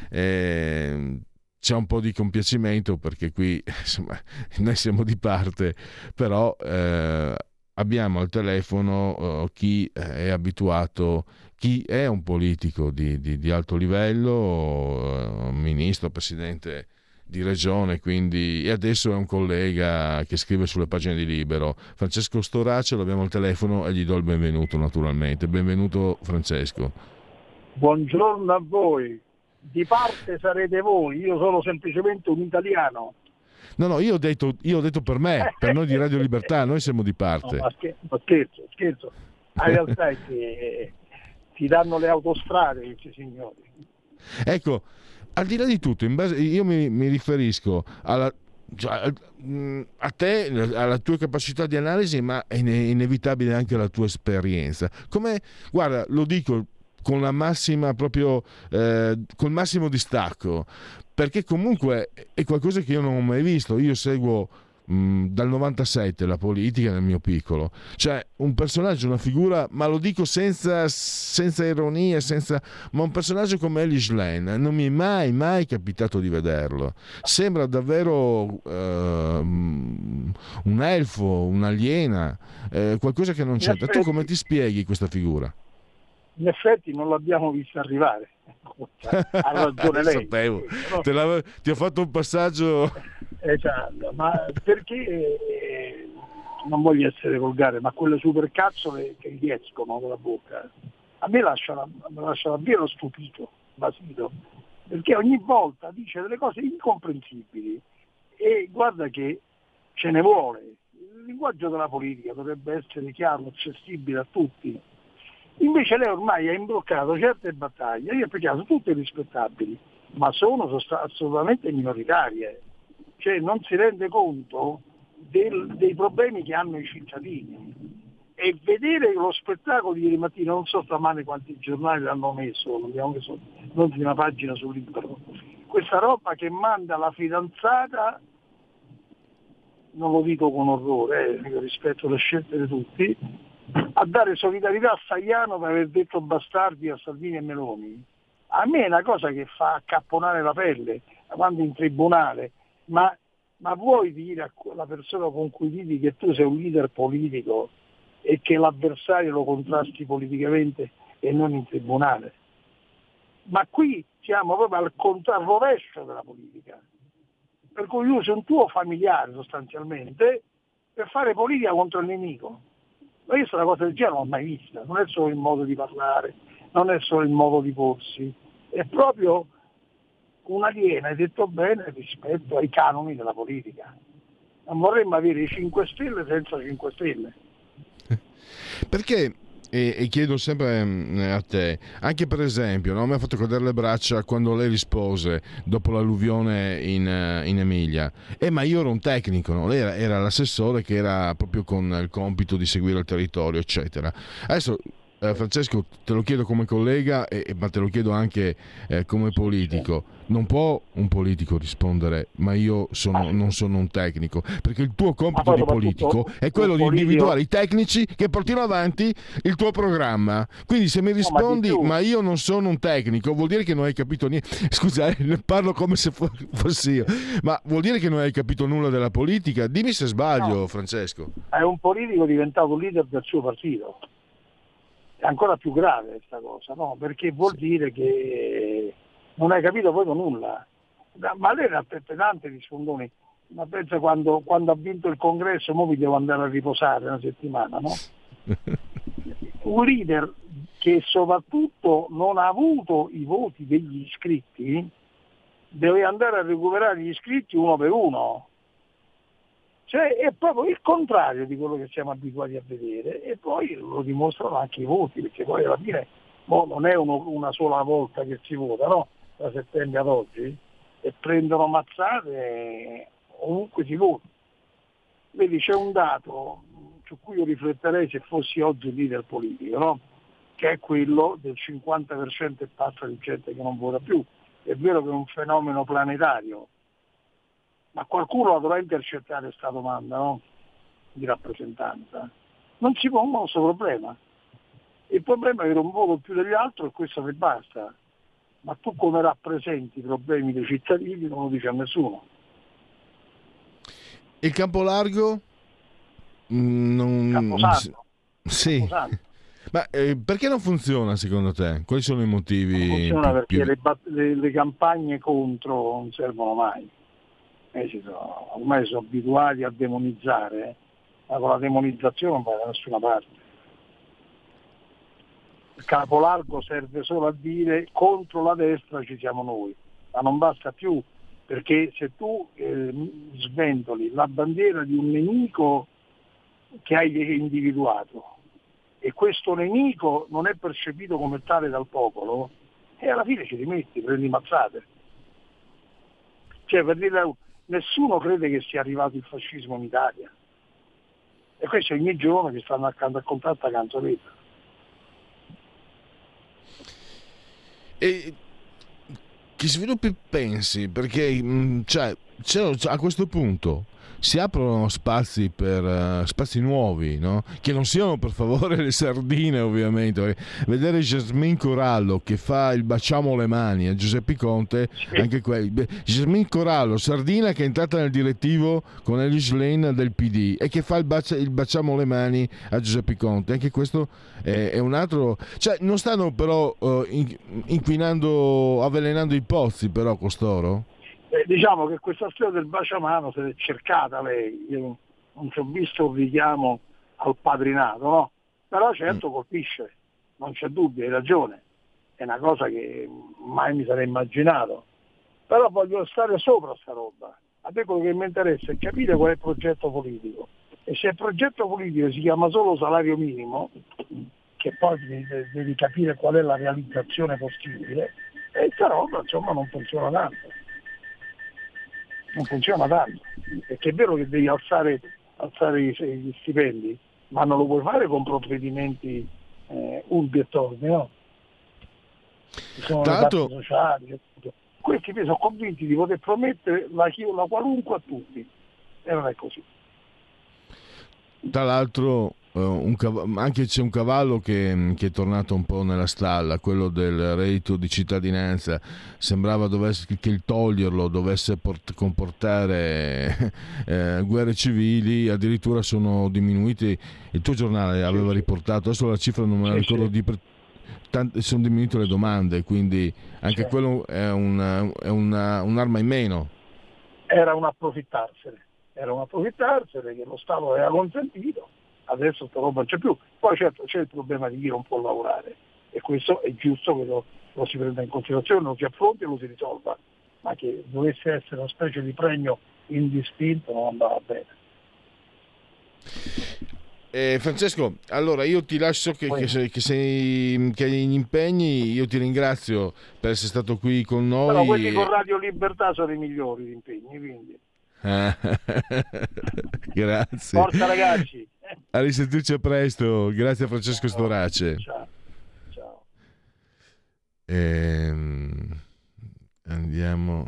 Eh, c'è un po' di compiacimento perché qui insomma noi siamo di parte, però eh, abbiamo al telefono eh, chi è abituato, chi è un politico di, di, di alto livello, eh, ministro, presidente di regione, quindi, e adesso è un collega che scrive sulle pagine di Libero, Francesco Storace, lo abbiamo al telefono e gli do il benvenuto naturalmente. Benvenuto Francesco. Buongiorno a voi, di parte sarete voi, io sono semplicemente un italiano. No, no, io ho detto, io ho detto per me, per noi di Radio Libertà, noi siamo di parte. No, ma, scherzo, ma scherzo, scherzo. La realtà è che ti danno le autostrade questi signori. Ecco, al di là di tutto, in base, io mi, mi riferisco alla, cioè, a te, alla tua capacità di analisi, ma è inevitabile anche alla tua esperienza. Come, guarda, lo dico con la massima proprio eh, col massimo distacco, perché comunque è qualcosa che io non ho mai visto. Io seguo mh, dal novantasette la politica nel mio piccolo, cioè un personaggio, una figura, ma lo dico senza, senza ironia, senza, ma un personaggio come Eli Schlein non mi è mai mai capitato di vederlo. Sembra davvero eh, un elfo, un'aliena, eh, qualcosa che non c'entra. Tu come ti spieghi questa figura? In effetti non l'abbiamo vista arrivare. Ha ragione lei. Sapevo. Te ti ho fatto un passaggio Esatto, ma perché eh, non voglio essere volgare, ma quelle supercazzole che gli escono dalla bocca a me lasciano, mi lasciano davvero stupito, basito, perché ogni volta dice delle cose incomprensibili e guarda che ce ne vuole. Il linguaggio della politica dovrebbe essere chiaro, accessibile a tutti. Invece lei ormai ha imbloccato certe battaglie, io per caso tutte rispettabili, ma sono assolutamente minoritarie. Cioè non si rende conto del, dei problemi che hanno i cittadini. E vedere lo spettacolo di ieri mattina, non so stamane quanti giornali l'hanno messo, abbiamo messo l'ultima pagina sul libro, questa roba che manda la fidanzata, non lo dico con orrore, eh, rispetto alle scelte di tutti, a dare solidarietà a Saiano per aver detto bastardi a Salvini e Meloni. A me è una cosa che fa accapponare la pelle quando in tribunale, ma, ma vuoi dire alla persona con cui vivi che tu sei un leader politico e che l'avversario lo contrasti politicamente e non in tribunale? Ma qui siamo proprio al contrario, al rovescio della politica, per cui usi un tuo familiare sostanzialmente per fare politica contro il nemico. Ma io una cosa del genere non l'ho mai vista, non è solo il modo di parlare, non è solo il modo di porsi, è proprio un'aliena, hai detto bene, rispetto ai canoni della politica. Non vorremmo avere i cinque Stelle senza cinque Stelle. Perché, e, e chiedo sempre a te, anche per esempio, no, mi ha fatto cadere le braccia quando lei rispose dopo l'alluvione in, in Emilia, eh, ma io ero un tecnico, no? Lei era, era l'assessore che era proprio con il compito di seguire il territorio, eccetera. Adesso eh, Francesco, te lo chiedo come collega, eh, ma te lo chiedo anche eh, come politico. Non può un politico rispondere ma io sono, non sono un tecnico, perché il tuo compito di politico è quello di individuare i tecnici che portino avanti il tuo programma. Quindi se mi rispondi no, ma, ma io non sono un tecnico, vuol dire che non hai capito niente. Scusa, eh, ne parlo come se fossi io, ma vuol dire che non hai capito nulla della politica? Dimmi se sbaglio, no. Francesco. È un politico diventato leader del suo partito. È ancora più grave questa cosa, no? Perché vuol dire che non hai capito proprio nulla. Ma lei era pedante di sfondoni, ma pensa quando, quando ha vinto il congresso, mo vi devo andare a riposare una settimana, no? Un leader che soprattutto non ha avuto i voti degli iscritti deve andare a recuperare gli iscritti uno per uno. Cioè è proprio il contrario di quello che siamo abituati a vedere, e poi lo dimostrano anche i voti, perché poi alla fine mo non è uno, una sola volta che si vota, no? Da settembre ad oggi, e prendono mazzate ovunque si vota. Vedi, c'è un dato su cui io rifletterei se fossi oggi leader politico, no? Che è quello del cinquanta per cento e passa di gente che non vota più. È vero che è un fenomeno planetario, ma qualcuno la dovrà intercettare questa domanda, no? Di rappresentanza. Non si può questo problema. Il problema è avere un voto più degli altri e questo che basta. Ma tu come rappresenti i problemi dei cittadini non lo dice a nessuno. Il campo largo? Non... Camposanto. Sì. Camposanto. Ma eh, perché non funziona secondo te? Quali sono i motivi? Non funziona più, perché più... Le, bat- le, le campagne contro non servono mai. Eh, si sono, ormai sono abituati a demonizzare, ma con la demonizzazione non va da nessuna parte. Il capo largo serve solo a dire contro la destra ci siamo noi, ma non basta più, perché se tu eh, sventoli la bandiera di un nemico che hai individuato e questo nemico non è percepito come tale dal popolo, e alla fine ci rimetti, prendi mazzate. Cioè, per dire, nessuno crede che sia arrivato il fascismo in Italia, e questo ogni giorno che stanno accanto a contatto accanto a canzonetta. E che sviluppi pensi? Perché cioè, a questo punto si aprono spazi per uh, spazi nuovi, no? Che non siano per favore le sardine, ovviamente. Vedere Jasmine Corallo che fa il baciamo le mani a Giuseppe Conte, sì. Anche quelli. Jasmine Corallo, sardina che è entrata nel direttivo con Elis Lane del P D e che fa il, bacia, il baciamo le mani a Giuseppe Conte. Anche questo è, è un altro. Cioè, non stanno però uh, inquinando, avvelenando i pozzi, però costoro? Eh, diciamo che questa storia del baciamano se l'è cercata lei, io non ci ho visto un richiamo al padrinato, no? Però certo colpisce, non c'è dubbio, hai ragione, è una cosa che mai mi sarei immaginato, però voglio stare sopra sta roba. A me quello che mi interessa è capire qual è il progetto politico, e se il progetto politico si chiama solo salario minimo, che poi devi, devi capire qual è la realizzazione possibile, e sta roba insomma non funziona tanto. Non funziona tanto, perché è vero che devi alzare, alzare gli stipendi, ma non lo puoi fare con provvedimenti eh, urbi e torni, no? Ci sono le parti sociali, questi sono convinti di poter promettere la, la qualunque a tutti, e non è così. Tra l'altro uh, un cav- anche c'è un cavallo che, che è tornato un po' nella stalla, quello del reddito di cittadinanza. Sembrava dovesse, che il toglierlo dovesse port- comportare eh, guerre civili, addirittura sono diminuiti. Il tuo giornale aveva riportato, adesso la cifra non me la ricordo, di pre- tante, sono diminuite le domande, quindi anche quello è, una, è una, un'arma in meno. Era un approfittarsene. Era un approfittarsene che lo Stato aveva consentito, adesso sta roba non c'è più. Poi certo c'è il problema di chi non può lavorare, e questo è giusto che lo, lo si prenda in considerazione, lo si affronti e lo si risolva, ma che dovesse essere una specie di premio indistinto non andava bene. Eh, Francesco, allora io ti lascio che, che, sei, che, sei, che hai gli impegni, io ti ringrazio per essere stato qui con noi. Però quelli e... con Radio Libertà sono i migliori gli impegni, quindi. Grazie. Forza ragazzi. A risentirci a presto. Grazie a Francesco Ciao. Storace. Ciao. Ciao. Ehm, andiamo.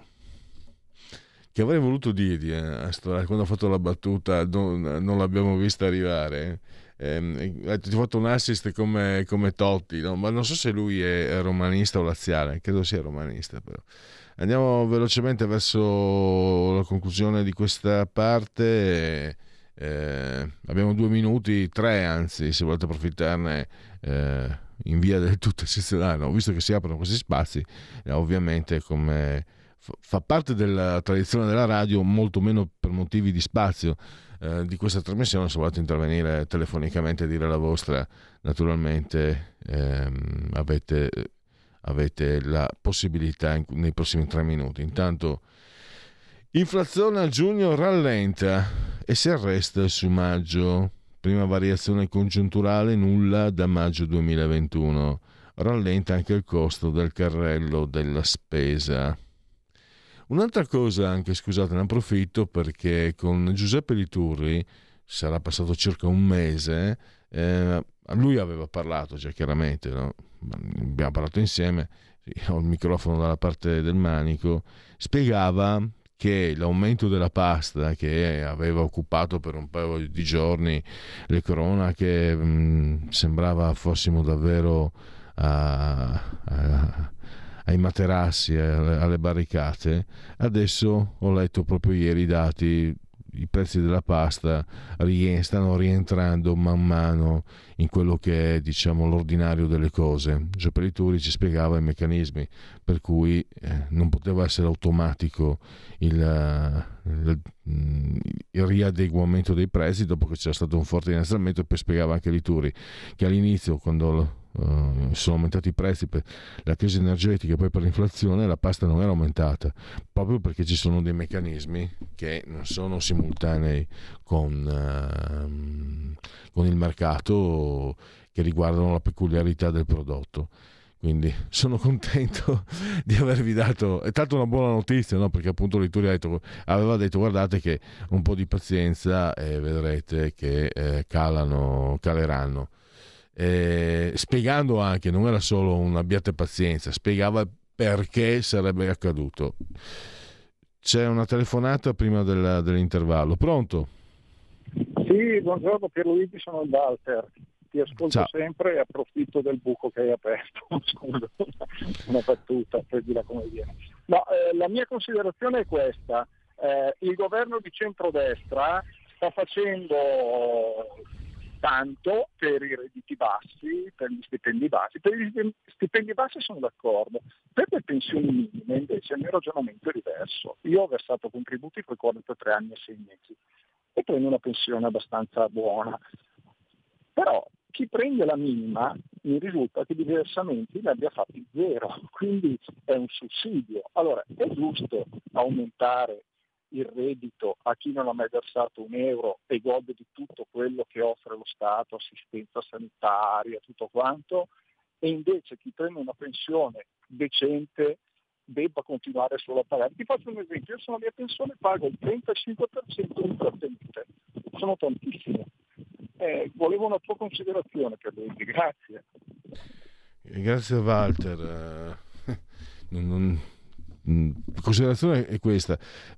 Che avrei voluto dirgli eh, a Storace, quando ho fatto la battuta, non, non l'abbiamo vista arrivare. Eh, ti ho fatto un assist come, come Totti, no? Ma non so se lui è romanista o laziale, credo sia romanista però. Andiamo velocemente verso la conclusione di questa parte. Eh, abbiamo due minuti, tre anzi, se volete approfittarne eh, in via del tutto eccezionale, no? Visto che si aprono questi spazi, eh, ovviamente come f- fa parte della tradizione della radio, molto meno per motivi di spazio eh, di questa trasmissione. Se volete intervenire telefonicamente e dire la vostra, naturalmente ehm, avete... avete la possibilità in, nei prossimi tre minuti. Intanto inflazione a giugno rallenta e si arresta su maggio, prima variazione congiunturale nulla da maggio duemilaventuno, rallenta anche il costo del carrello della spesa. Un'altra cosa anche, scusate, ne approfitto perché con Giuseppe Liturri sarà passato circa un mese, eh, lui aveva parlato già chiaramente, no? Abbiamo parlato insieme, ho il microfono dalla parte del manico, spiegava che l'aumento della pasta che aveva occupato per un paio di giorni le cronache, mh, sembrava fossimo davvero a, a, ai materassi, alle, alle barricate. Adesso ho letto proprio ieri i dati, i prezzi della pasta stanno rientrando man mano in quello che è, diciamo, l'ordinario delle cose. Giuseppe Liturri ci spiegava i meccanismi per cui eh, non poteva essere automatico il, il, il riadeguamento dei prezzi dopo che c'era stato un forte innalzamento. E poi spiegava anche Liturri che all'inizio, quando Uh, sono aumentati i prezzi per la crisi energetica e poi per l'inflazione, la pasta non era aumentata, proprio perché ci sono dei meccanismi che non sono simultanei con, uh, con il mercato, che riguardano la peculiarità del prodotto. Quindi sono contento di avervi dato, è tanto una buona notizia, no? Perché appunto Liturri ha detto, aveva detto guardate che un po' di pazienza e vedrete che eh, calano, caleranno. Eh, spiegando anche, non era solo un abbiate pazienza, spiegava perché sarebbe accaduto. C'è una telefonata prima della, dell'intervallo. Pronto? Sì, buongiorno Pierluigi, sono il Walter, ti ascolto Ciao. Sempre e approfitto del buco che hai aperto. Scusa, una battuta, prendila come viene. No, eh, la mia considerazione è questa: eh, il governo di centrodestra sta facendo tanto per i redditi bassi, per gli stipendi bassi. Per gli stipendi bassi sono d'accordo, per le pensioni minime invece il mio ragionamento è diverso. Io ho versato contributi per quarantatré anni e sei mesi e prendo una pensione abbastanza buona, però chi prende la minima mi risulta che diversamente ne abbia fatti zero, quindi è un sussidio. Allora è giusto aumentare il reddito a chi non ha mai versato un euro e gode di tutto quello che offre lo Stato, assistenza sanitaria, tutto quanto, e invece chi prende una pensione decente debba continuare solo a pagare. Ti faccio un esempio: io sulla mia pensione pago il trentacinque per cento di trattenute, sono tantissime. Eh, volevo una tua considerazione per lui, grazie. Grazie Walter. non, non... La considerazione è questa.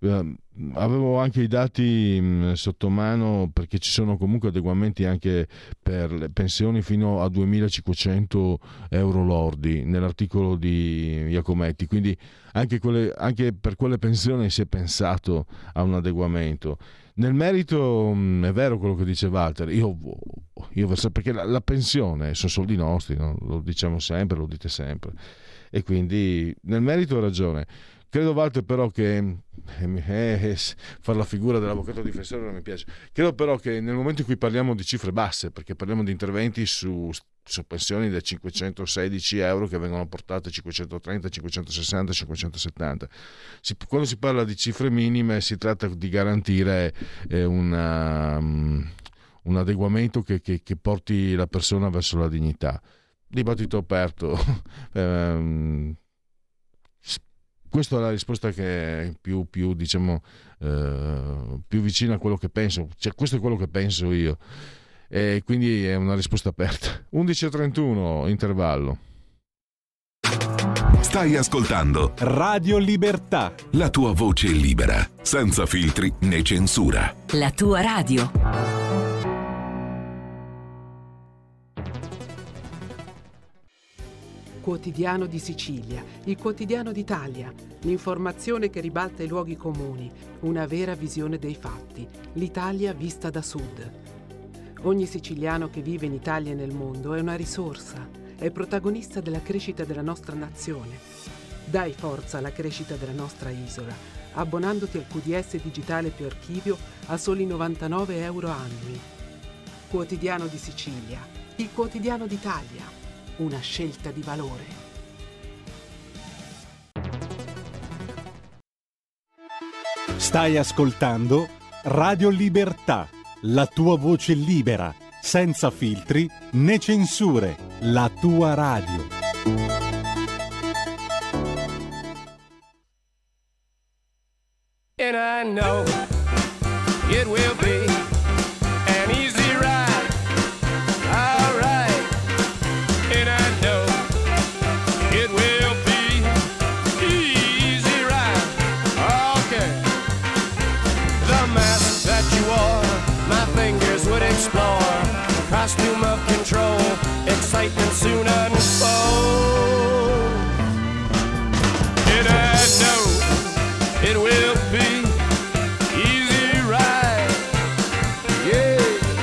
Avevo anche i dati sotto mano, perché ci sono comunque adeguamenti anche per le pensioni fino a duemilacinquecento euro lordi nell'articolo di Iacometti, quindi anche, quelle, anche per quelle pensioni si è pensato a un adeguamento. Nel merito è vero quello che dice Walter, io, io perché la, la pensione sono soldi nostri, no? Lo diciamo sempre, lo dite sempre, e quindi nel merito ha ragione. Credo Walter però che eh, eh, fare la figura dell'avvocato difensore non mi piace. Credo però che nel momento in cui parliamo di cifre basse, perché parliamo di interventi su, su pensioni da cinquecentosedici euro che vengono portate a cinquecentotrenta, cinquecentosessanta, cinquecentosettanta, si, quando si parla di cifre minime si tratta di garantire eh, una, um, un adeguamento che, che, che porti la persona verso la dignità. Dibattito aperto. ehm, Questa è la risposta che è più, più diciamo eh, più vicina a quello che penso, cioè questo è quello che penso io, e quindi è una risposta aperta. undici e trentuno, intervallo. Stai ascoltando Radio Libertà, la tua voce libera, senza filtri né censura. La tua radio. Quotidiano di Sicilia, il quotidiano d'Italia, l'informazione che ribalta i luoghi comuni, una vera visione dei fatti, l'Italia vista da sud. Ogni siciliano che vive in Italia e nel mondo è una risorsa, è protagonista della crescita della nostra nazione. Dai forza alla crescita della nostra isola, abbonandoti al Q D S digitale più archivio a soli novantanove euro annui. Quotidiano di Sicilia, il quotidiano d'Italia. Una scelta di valore. Stai ascoltando Radio Libertà, la tua voce libera, senza filtri né censure, la tua radio. And I know it will be an easy ride. Explore, costume of control, excitement soon unfold. And I know it will be easy ride, yeah.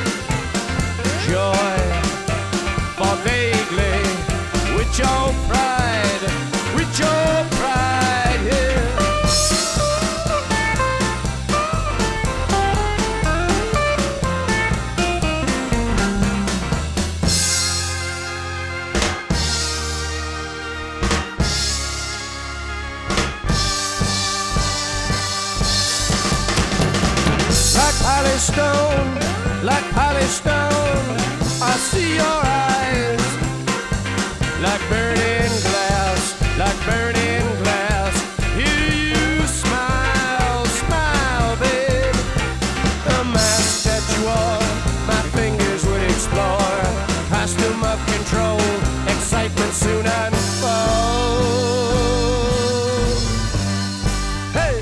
Joy for vaguely with your pride, with your pride, yeah. Stone, like polished stone, I see your eyes, like burning glass, like burning glass. Hear you smile, smile, babe. The mask that you wore, my fingers would explore. Costume of control, excitement soon unfold. Hey!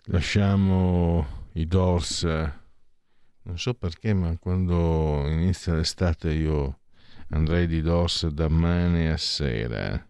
lasciamo i Doors, non so perché, ma quando inizia l'estate io andrei di Doors da mane a sera,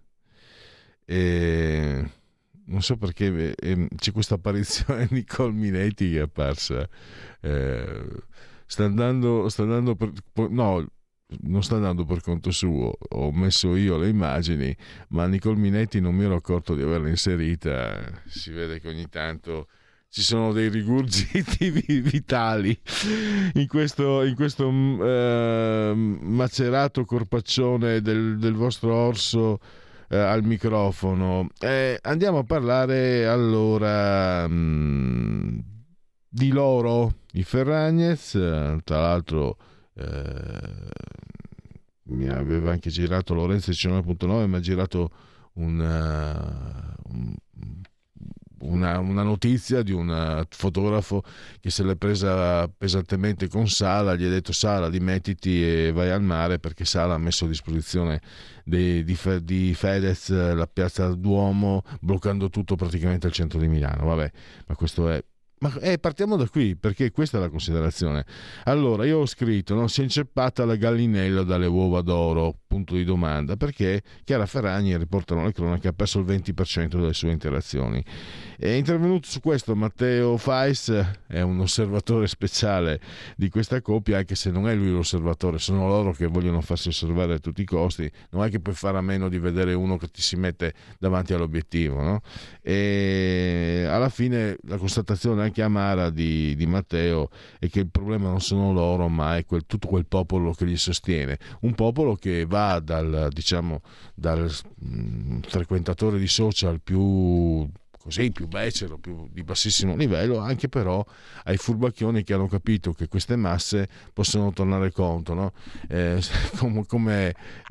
e non so perché eh, c'è questa apparizione di Nicole Minetti che è apparsa, eh, sta andando sta andando per, no non sta andando per conto suo, ho messo io le immagini, ma Nicole Minetti non mi ero accorto di averla inserita. Si vede che ogni tanto ci sono dei rigurgiti vitali in questo, in questo eh, macerato corpaccione del, del vostro orso eh, al microfono. Eh, andiamo a parlare allora mh, di loro, i Ferragnez. Tra l'altro eh, mi aveva anche girato Lorenzo diciannove punto nove, mi ha girato un, uh, un Una, una notizia di un fotografo che se l'è presa pesantemente con Sala, gli ha detto: Sala, dimettiti e vai al mare, perché Sala ha messo a disposizione di, di, di Fedez la piazza Duomo, bloccando tutto praticamente al centro di Milano. Vabbè, ma questo è Ma eh, partiamo da qui, perché questa è la considerazione. Allora, io ho scritto, no? Si è inceppata la gallinella dalle uova d'oro, punto di domanda, perché Chiara Ferragni, riportano le cronache, ha perso il venti per cento delle sue interazioni. È intervenuto su questo Matteo Fais, è un osservatore speciale di questa coppia, anche se non è lui l'osservatore, sono loro che vogliono farsi osservare a tutti i costi. Non è che puoi fare a meno di vedere uno che ti si mette davanti all'obiettivo, no? E alla fine la constatazione anche amara di, di Matteo è che il problema non sono loro, ma è quel, tutto quel popolo che li sostiene, un popolo che va dal, diciamo, dal mh, frequentatore di social più così, più becero, più di bassissimo livello, anche però ai furbacchioni che hanno capito che queste masse possono tornare conto, no? Eh, come come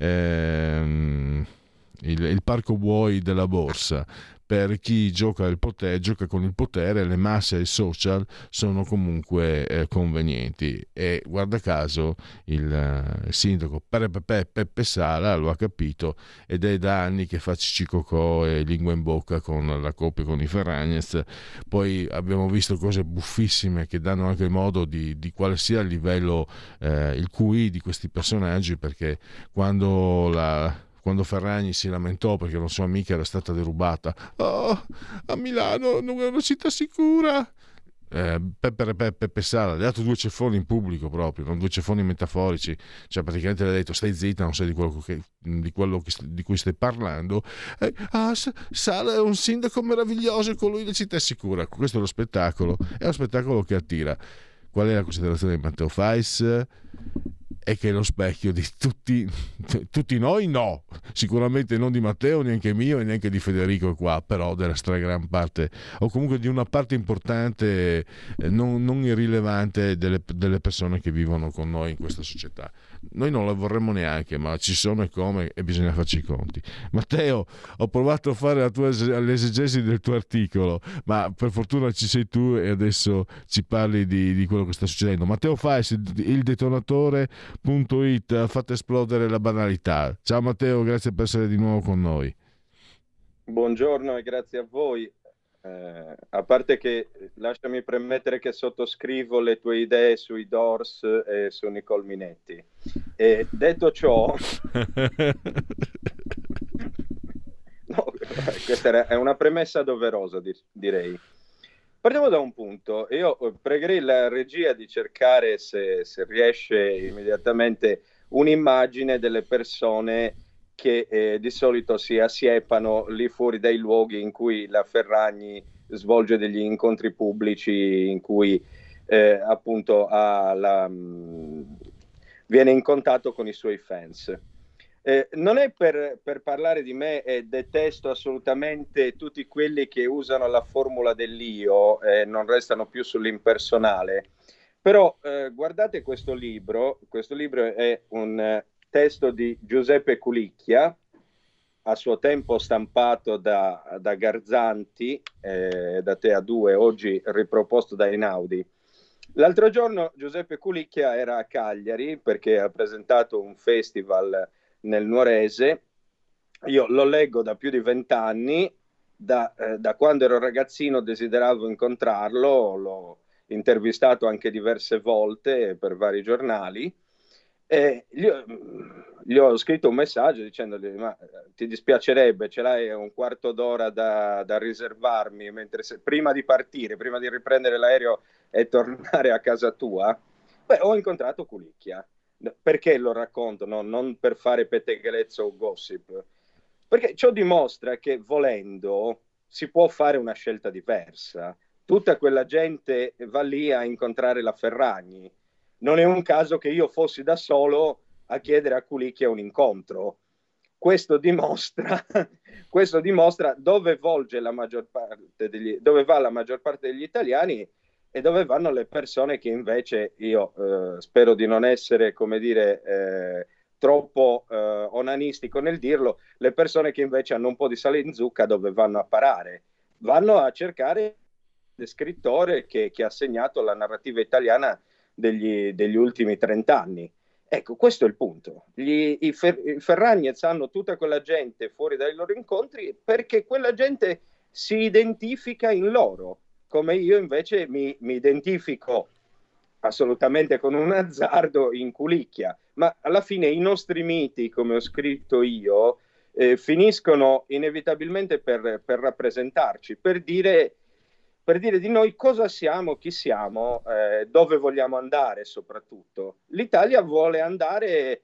ehm, il, il parco buoi della borsa. Per chi gioca il potere, gioca con il potere, le masse e i social sono comunque eh, convenienti, e guarda caso il, uh, il sindaco Peppe, Peppe Sala lo ha capito, ed è da anni che fa cicicocò e lingua in bocca con la coppia, con i Ferragnez. Poi abbiamo visto cose buffissime che danno anche modo di, di quale sia il livello, eh, il Q I di questi personaggi, perché quando la quando Ferragni si lamentò perché la sua amica era stata derubata, oh, a Milano non è una città sicura, eh, Peppe, Peppe, Peppe Sala le ha dato due ceffoni in pubblico, proprio, non due ceffoni metaforici, cioè praticamente le ha detto: stai zitta, non sai di quello, che, di, quello che, di cui stai parlando. Eh, ah, Sala è un sindaco meraviglioso, con lui la città è sicura. Questo è lo spettacolo, è lo spettacolo che attira. Qual è la considerazione di Matteo Fais? È che è lo specchio di tutti, tutti noi, no, sicuramente non di Matteo, neanche mio e neanche di Federico qua, però della stragrande parte, o comunque di una parte importante, eh, non, non irrilevante delle, delle persone che vivono con noi in questa società. Noi non la vorremmo neanche, ma ci sono e come, e bisogna farci i conti. Matteo, ho provato a fare la tua l'esegesi del tuo articolo, ma per fortuna ci sei tu e adesso ci parli di, di quello che sta succedendo. Matteo Fais, il detonatore punto it, fate esplodere la banalità. Ciao Matteo, grazie per essere di nuovo con noi. Buongiorno e grazie a voi. Eh, a parte che lasciami premettere che sottoscrivo le tue idee sui Doors e su Nicole Minetti. E detto ciò, no, questa è una premessa doverosa, direi. Partiamo da un punto. Io pregherei la regia di cercare, se, se riesce immediatamente, un'immagine delle persone che eh, di solito si assiepano lì fuori dai luoghi in cui la Ferragni svolge degli incontri pubblici, in cui eh, appunto ha la, mh, viene in contatto con i suoi fans. Eh, non è per, per parlare di me, e detesto assolutamente tutti quelli che usano la formula dell'io e non restano più sull'impersonale, però eh, guardate questo libro. Questo libro è un eh, testo di Giuseppe Culicchia, a suo tempo stampato da, da Garzanti, eh, da Tea due, oggi riproposto da Einaudi. L'altro giorno Giuseppe Culicchia era a Cagliari perché ha presentato un festival nel Nuorese. Io lo leggo da più di vent'anni, da, eh, da quando ero ragazzino desideravo incontrarlo, l'ho intervistato anche diverse volte per vari giornali, e gli ho, gli ho scritto un messaggio dicendogli: ma ti dispiacerebbe, ce l'hai un quarto d'ora da, da riservarmi mentre se, prima di partire, prima di riprendere l'aereo e tornare a casa tua? Beh, ho incontrato Culicchia. Perché lo racconto? No? Non per fare pettegolezzo o gossip, perché ciò dimostra che volendo si può fare una scelta diversa. Tutta quella gente va lì a incontrare la Ferragni. Non è un caso che io fossi da solo a chiedere a Culicchia un incontro. Questo dimostra, questo dimostra dove volge la maggior parte degli, dove va la maggior parte degli italiani e dove vanno le persone che invece, io eh, spero di non essere, come dire, eh, troppo eh, onanistico nel dirlo, le persone che invece hanno un po' di sale in zucca dove vanno a parare? Vanno a cercare il scrittore che, che ha segnato la narrativa italiana degli, degli ultimi trent'anni. Ecco, questo è il punto. Gli, i, Fer, i Ferragnez hanno tutta quella gente fuori dai loro incontri perché quella gente si identifica in loro, come io invece mi, mi identifico assolutamente con un azzardo in Culicchia. Ma alla fine i nostri miti, come ho scritto io, eh, finiscono inevitabilmente per, per rappresentarci, per dire, per dire di noi cosa siamo, chi siamo, eh, dove vogliamo andare soprattutto. L'Italia vuole andare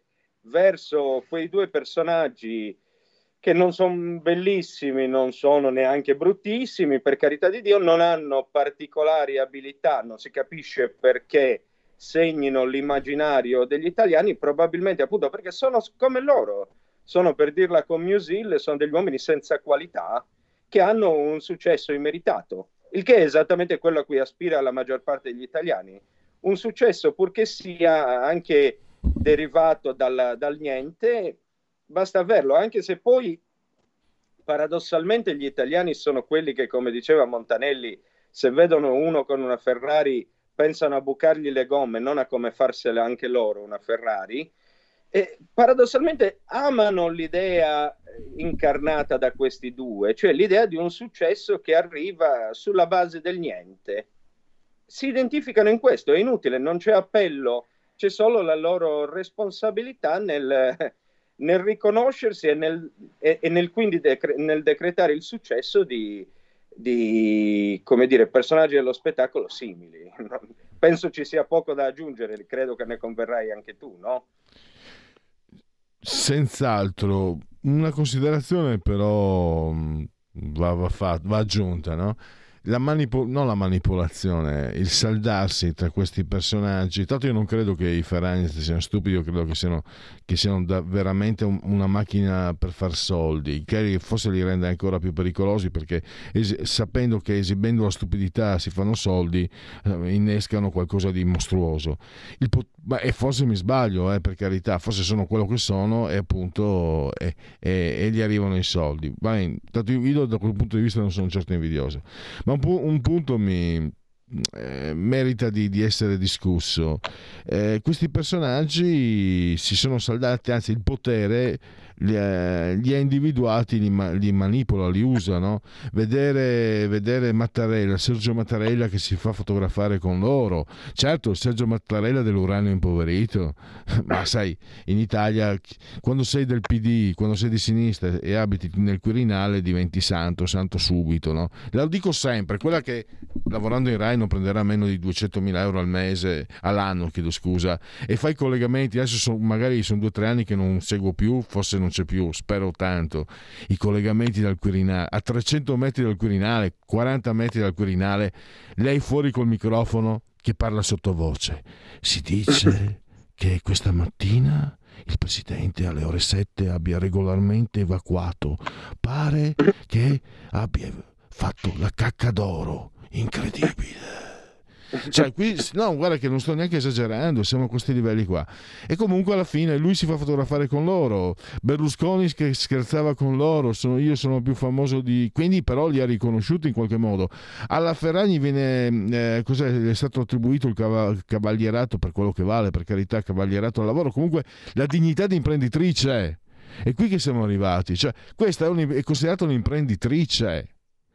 verso quei due personaggi che non sono bellissimi, non sono neanche bruttissimi, per carità di Dio, non hanno particolari abilità, non si capisce perché segnino l'immaginario degli italiani, probabilmente appunto perché sono come loro, sono, per dirla con Musil, sono degli uomini senza qualità che hanno un successo immeritato, il che è esattamente quello a cui aspira la maggior parte degli italiani, un successo purché sia anche derivato dal, dal niente. Basta averlo, anche se poi paradossalmente gli italiani sono quelli che, come diceva Montanelli, se vedono uno con una Ferrari pensano a bucargli le gomme, non a come farsela anche loro una Ferrari, e paradossalmente amano l'idea incarnata da questi due, cioè l'idea di un successo che arriva sulla base del niente. Si identificano in questo, è inutile, non c'è appello, c'è solo la loro responsabilità nel... nel riconoscersi e nel, e, e nel quindi decre, nel decretare il successo di, di, come dire, personaggi dello spettacolo simili. Penso ci sia poco da aggiungere, credo che ne converrai anche tu, no? Senz'altro. Una considerazione però va, va, fatta, va aggiunta, no? La manipo- non la manipolazione, il saldarsi tra questi personaggi. Tanto io non credo che i Ferragnez siano stupidi, io credo che siano, che siano da veramente un, una macchina per far soldi, che forse li rende ancora più pericolosi, perché es- sapendo che esibendo la stupidità si fanno soldi, eh, innescano qualcosa di mostruoso. Il pot- ma, e forse mi sbaglio, eh, per carità, forse sono quello che sono e appunto e, e, e gli arrivano i soldi. Beh, tanto io da quel punto di vista non sono certo invidioso. Ma un, pu- un punto mi eh, merita di, di essere discusso. Eh, questi personaggi si sono saldati, anzi il potere li, eh, li ha individuati, li, ma- li manipola, li usa, no? Vedere, vedere Mattarella, Sergio Mattarella che si fa fotografare con loro. Certo, Sergio Mattarella dell'uranio impoverito, ma sai, in Italia quando sei del P D, quando sei di sinistra e abiti nel Quirinale diventi santo, santo subito, no? Lo dico sempre, quella che lavorando in Rai non prenderà meno di duecentomila euro al mese, all'anno, chiedo scusa, e fai collegamenti, adesso sono, magari sono due o tre anni che non seguo più, forse non c'è più, spero tanto, i collegamenti dal Quirinale, a trecento metri dal Quirinale, quaranta metri dal Quirinale, lei fuori col microfono che parla sottovoce, si dice che questa mattina il presidente alle ore sette abbia regolarmente evacuato, pare che abbia fatto la cacca d'oro, incredibile. Cioè qui no, guarda che non sto neanche esagerando, siamo a questi livelli qua. E comunque alla fine lui si fa fotografare con loro, Berlusconi che scherzava con loro, sono, io sono più famoso di, quindi però li ha riconosciuti in qualche modo. Alla Ferragni viene eh, cos'è, è stato attribuito il cav- cavalierato, per quello che vale, per carità, cavalierato al lavoro, comunque la dignità di imprenditrice. È qui che siamo arrivati, cioè questa è, un, è considerata un'imprenditrice.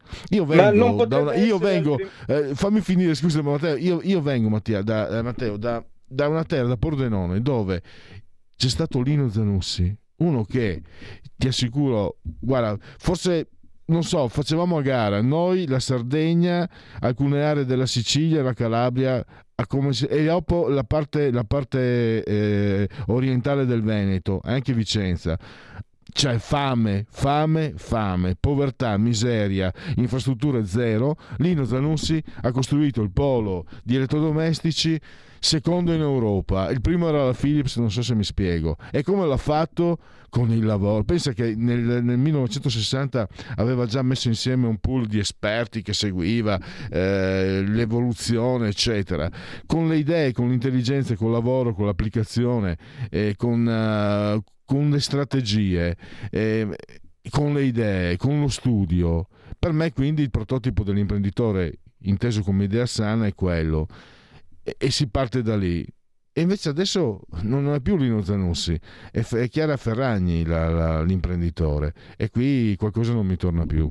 Io vengo, da una, io vengo altri... eh, fammi finire, scusa Matteo, io, io vengo Mattia, da, eh, Matteo, da, da una terra, da Pordenone, dove c'è stato Lino Zanussi, uno che ti assicuro, guarda, forse non so, facevamo a gara noi, la Sardegna, alcune aree della Sicilia, la Calabria, a come si, e dopo la parte, la parte eh, orientale del Veneto, anche Vicenza. C'è fame, fame, fame, povertà, miseria, infrastrutture zero. Lino Zanussi ha costruito il polo di elettrodomestici secondo in Europa. Il primo era la Philips, non so se mi spiego. E come l'ha fatto? Con il lavoro. Pensa che nel, nel millenovecentosessanta aveva già messo insieme un pool di esperti che seguiva eh, l'evoluzione, eccetera. Con le idee, con l'intelligenza, con il lavoro, con l'applicazione, eh, con... Uh, con le strategie, eh, con le idee, con lo studio. Per me quindi il prototipo dell'imprenditore inteso come idea sana è quello, e, e si parte da lì. E invece adesso non è più Lino Zanussi, è, è Chiara Ferragni la, la, l'imprenditore, e qui qualcosa non mi torna più.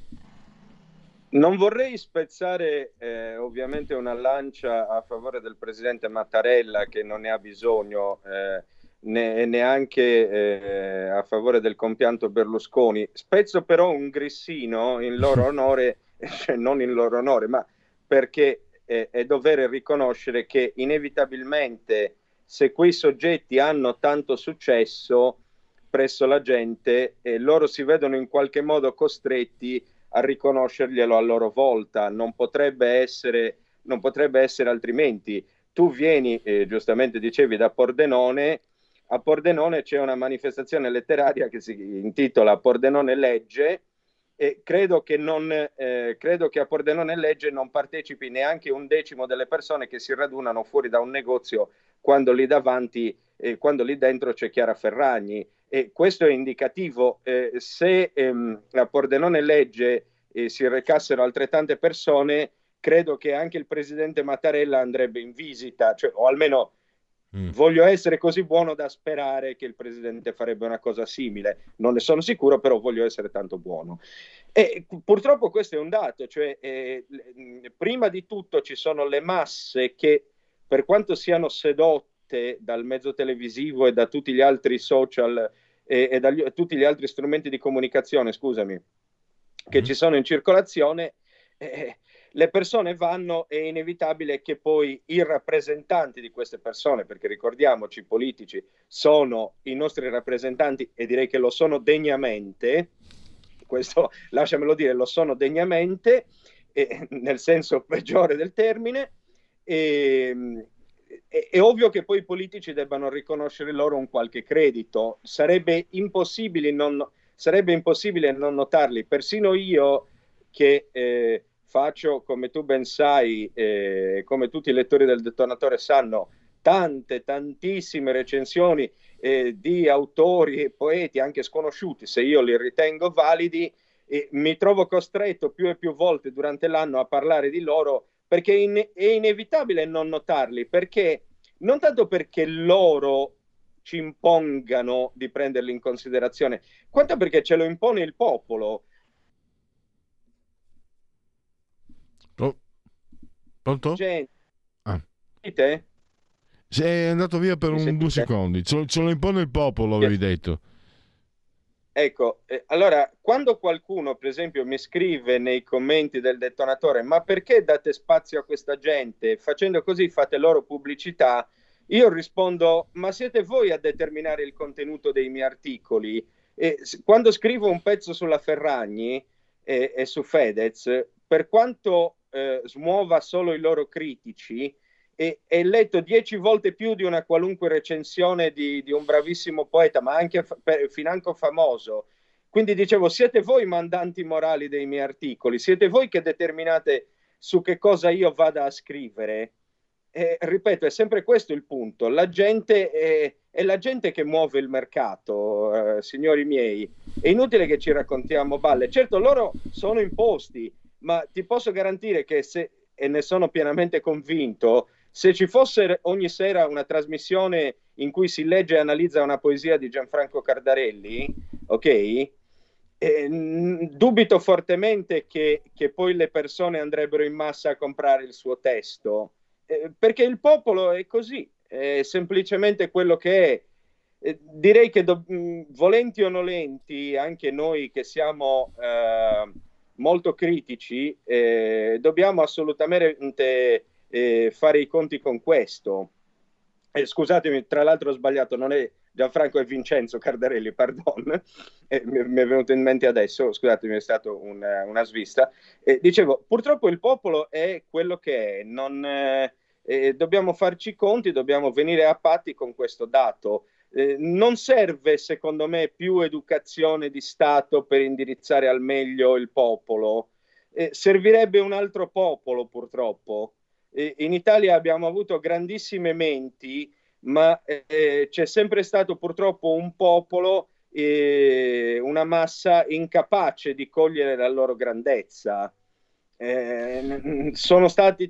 Non vorrei spezzare eh, ovviamente una lancia a favore del presidente Mattarella, che non ne ha bisogno, eh, Ne, neanche eh, a favore del compianto Berlusconi. Spezzo però un grissino in loro onore, cioè non in loro onore, ma perché eh, è dovere riconoscere che inevitabilmente, se quei soggetti hanno tanto successo presso la gente, eh, loro si vedono in qualche modo costretti a riconoscerglielo a loro volta. Non potrebbe essere, non potrebbe essere altrimenti. Tu vieni, eh, giustamente dicevi, da Pordenone. A Pordenone c'è una manifestazione letteraria che si intitola Pordenone Legge, e credo che, non, eh, credo che a Pordenone Legge non partecipi neanche un decimo delle persone che si radunano fuori da un negozio quando lì davanti, eh, quando lì dentro c'è Chiara Ferragni. E questo è indicativo. Eh, se ehm, a Pordenone Legge eh, si recassero altrettante persone, credo che anche il presidente Mattarella andrebbe in visita, cioè, o almeno voglio essere così buono da sperare che il presidente farebbe una cosa simile. Non ne sono sicuro, però voglio essere tanto buono. E purtroppo questo è un dato, cioè eh, prima di tutto ci sono le masse che, per quanto siano sedotte dal mezzo televisivo e da tutti gli altri social e, e da tutti gli altri strumenti di comunicazione, scusami, che mm. ci sono in circolazione, eh, le persone vanno, è inevitabile che poi i rappresentanti di queste persone, perché ricordiamoci, i politici sono i nostri rappresentanti, e direi che lo sono degnamente, questo lasciamelo dire, lo sono degnamente, eh, nel senso peggiore del termine, e, è, è ovvio che poi i politici debbano riconoscere loro un qualche credito. Sarebbe impossibile non, sarebbe impossibile non notarli. Persino io che... Eh, faccio, come tu ben sai, eh, come tutti i lettori del Detonatore sanno, tante, tantissime recensioni eh, di autori e poeti, anche sconosciuti, se io li ritengo validi, e mi trovo costretto più e più volte durante l'anno a parlare di loro, perché in- è inevitabile non notarli, perché non tanto perché loro ci impongano di prenderli in considerazione, quanto perché ce lo impone il popolo. Pronto? Gente, ah. Te? Sei andato via per un, due secondi. Ce, ce lo impone il popolo, avevi detto. Ecco, eh, allora, quando qualcuno, per esempio, mi scrive nei commenti del Detonatore: ma perché date spazio a questa gente? Facendo così fate loro pubblicità. Io rispondo: ma siete voi a determinare il contenuto dei miei articoli. E quando scrivo un pezzo sulla Ferragni e, e su Fedez, per quanto eh, smuova solo i loro critici, e è letto dieci volte più di una qualunque recensione di, di un bravissimo poeta, ma anche fa, per, financo famoso. Quindi dicevo, siete voi mandanti morali dei miei articoli, siete voi che determinate su che cosa io vada a scrivere. E, ripeto, è sempre questo il punto. La gente è, è la gente che muove il mercato, eh, signori miei. È inutile che ci raccontiamo balle. Certo, loro sono imposti, ma ti posso garantire che se, e ne sono pienamente convinto, se ci fosse ogni sera una trasmissione in cui si legge e analizza una poesia di Gianfranco Cardarelli, ok? E, eh, dubito fortemente che, che poi le persone andrebbero in massa a comprare il suo testo, eh, perché il popolo è così, è semplicemente quello che è. Eh, direi che do, mh, volenti o nolenti, anche noi che siamo eh, molto critici, eh, dobbiamo assolutamente eh, fare i conti con questo. Eh, scusatemi, tra l'altro ho sbagliato, non è Gianfranco, è Vincenzo Cardarelli, pardon, eh, mi, mi è venuto in mente adesso, scusatemi, è stato un, una svista. Eh, dicevo, purtroppo il popolo è quello che è, non, eh, eh, dobbiamo farci i conti, dobbiamo venire a patti con questo dato. Eh, non serve, secondo me, più educazione di Stato per indirizzare al meglio il popolo, eh, servirebbe un altro popolo, purtroppo. Eh, in Italia abbiamo avuto grandissime menti, ma eh, c'è sempre stato purtroppo un popolo, eh, una massa incapace di cogliere la loro grandezza. Eh, sono stati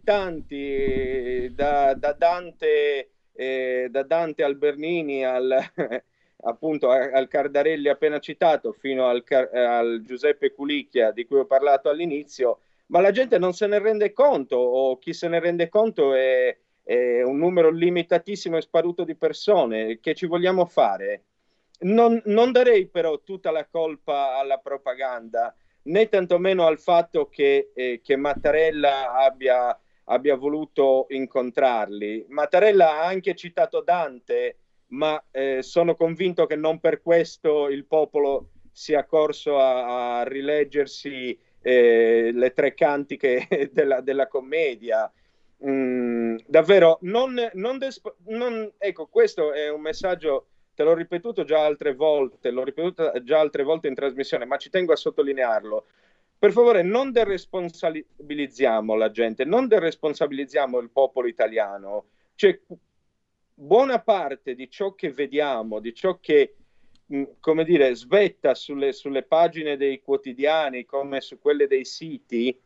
tanti, da, da Dante... Eh, da Dante al Bernini al, appunto al Cardarelli appena citato fino al, al Giuseppe Culicchia di cui ho parlato all'inizio, ma la gente non se ne rende conto, o chi se ne rende conto è, è un numero limitatissimo e sparuto di persone. Che ci vogliamo fare? Non, non darei però tutta la colpa alla propaganda, né tantomeno al fatto che, eh, che Mattarella abbia abbia voluto incontrarli. Mattarella ha anche citato Dante, ma eh, sono convinto che non per questo il popolo sia corso a, a rileggersi eh, le tre cantiche della, della commedia. Mm, davvero, non, non, desp- non, ecco, questo è un messaggio, te l'ho ripetuto già altre volte, l'ho ripetuto già altre volte in trasmissione, ma ci tengo a sottolinearlo. Per favore, non deresponsabilizziamo la gente, non deresponsabilizziamo il popolo italiano. Cioè, buona parte di ciò che vediamo, di ciò che, mh, come dire, svetta sulle, sulle pagine dei quotidiani, come su quelle dei siti,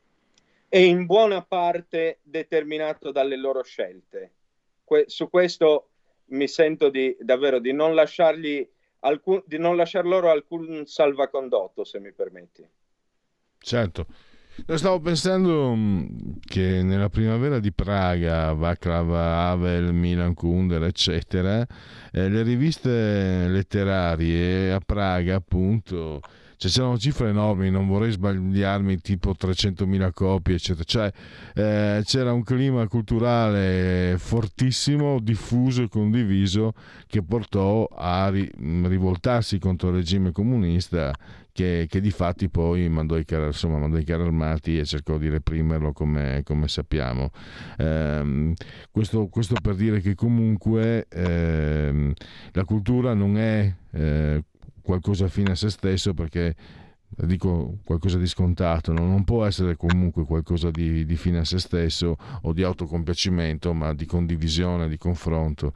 è in buona parte determinato dalle loro scelte. Que- su questo mi sento di, davvero di non lasciargli alcun, di non lasciar loro alcun salvacondotto, se mi permetti. Certo, stavo pensando che nella primavera di Praga, Václav Havel, Milan Kundera, eccetera, eh, le riviste letterarie a Praga, appunto, cioè c'erano cifre enormi, non vorrei sbagliarmi, tipo trecentomila copie, eccetera. Cioè eh, c'era un clima culturale fortissimo, diffuso e condiviso, che portò a ri- rivoltarsi contro il regime comunista, che, che di fatti poi mandò i carri, insomma, mandò i carri armati e cercò di reprimerlo, come, come sappiamo. Ehm, questo, questo per dire che comunque ehm, la cultura non è eh, qualcosa fine a se stesso, perché dico qualcosa di scontato, no? Non può essere comunque qualcosa di, di fine a se stesso o di autocompiacimento, ma di condivisione, di confronto.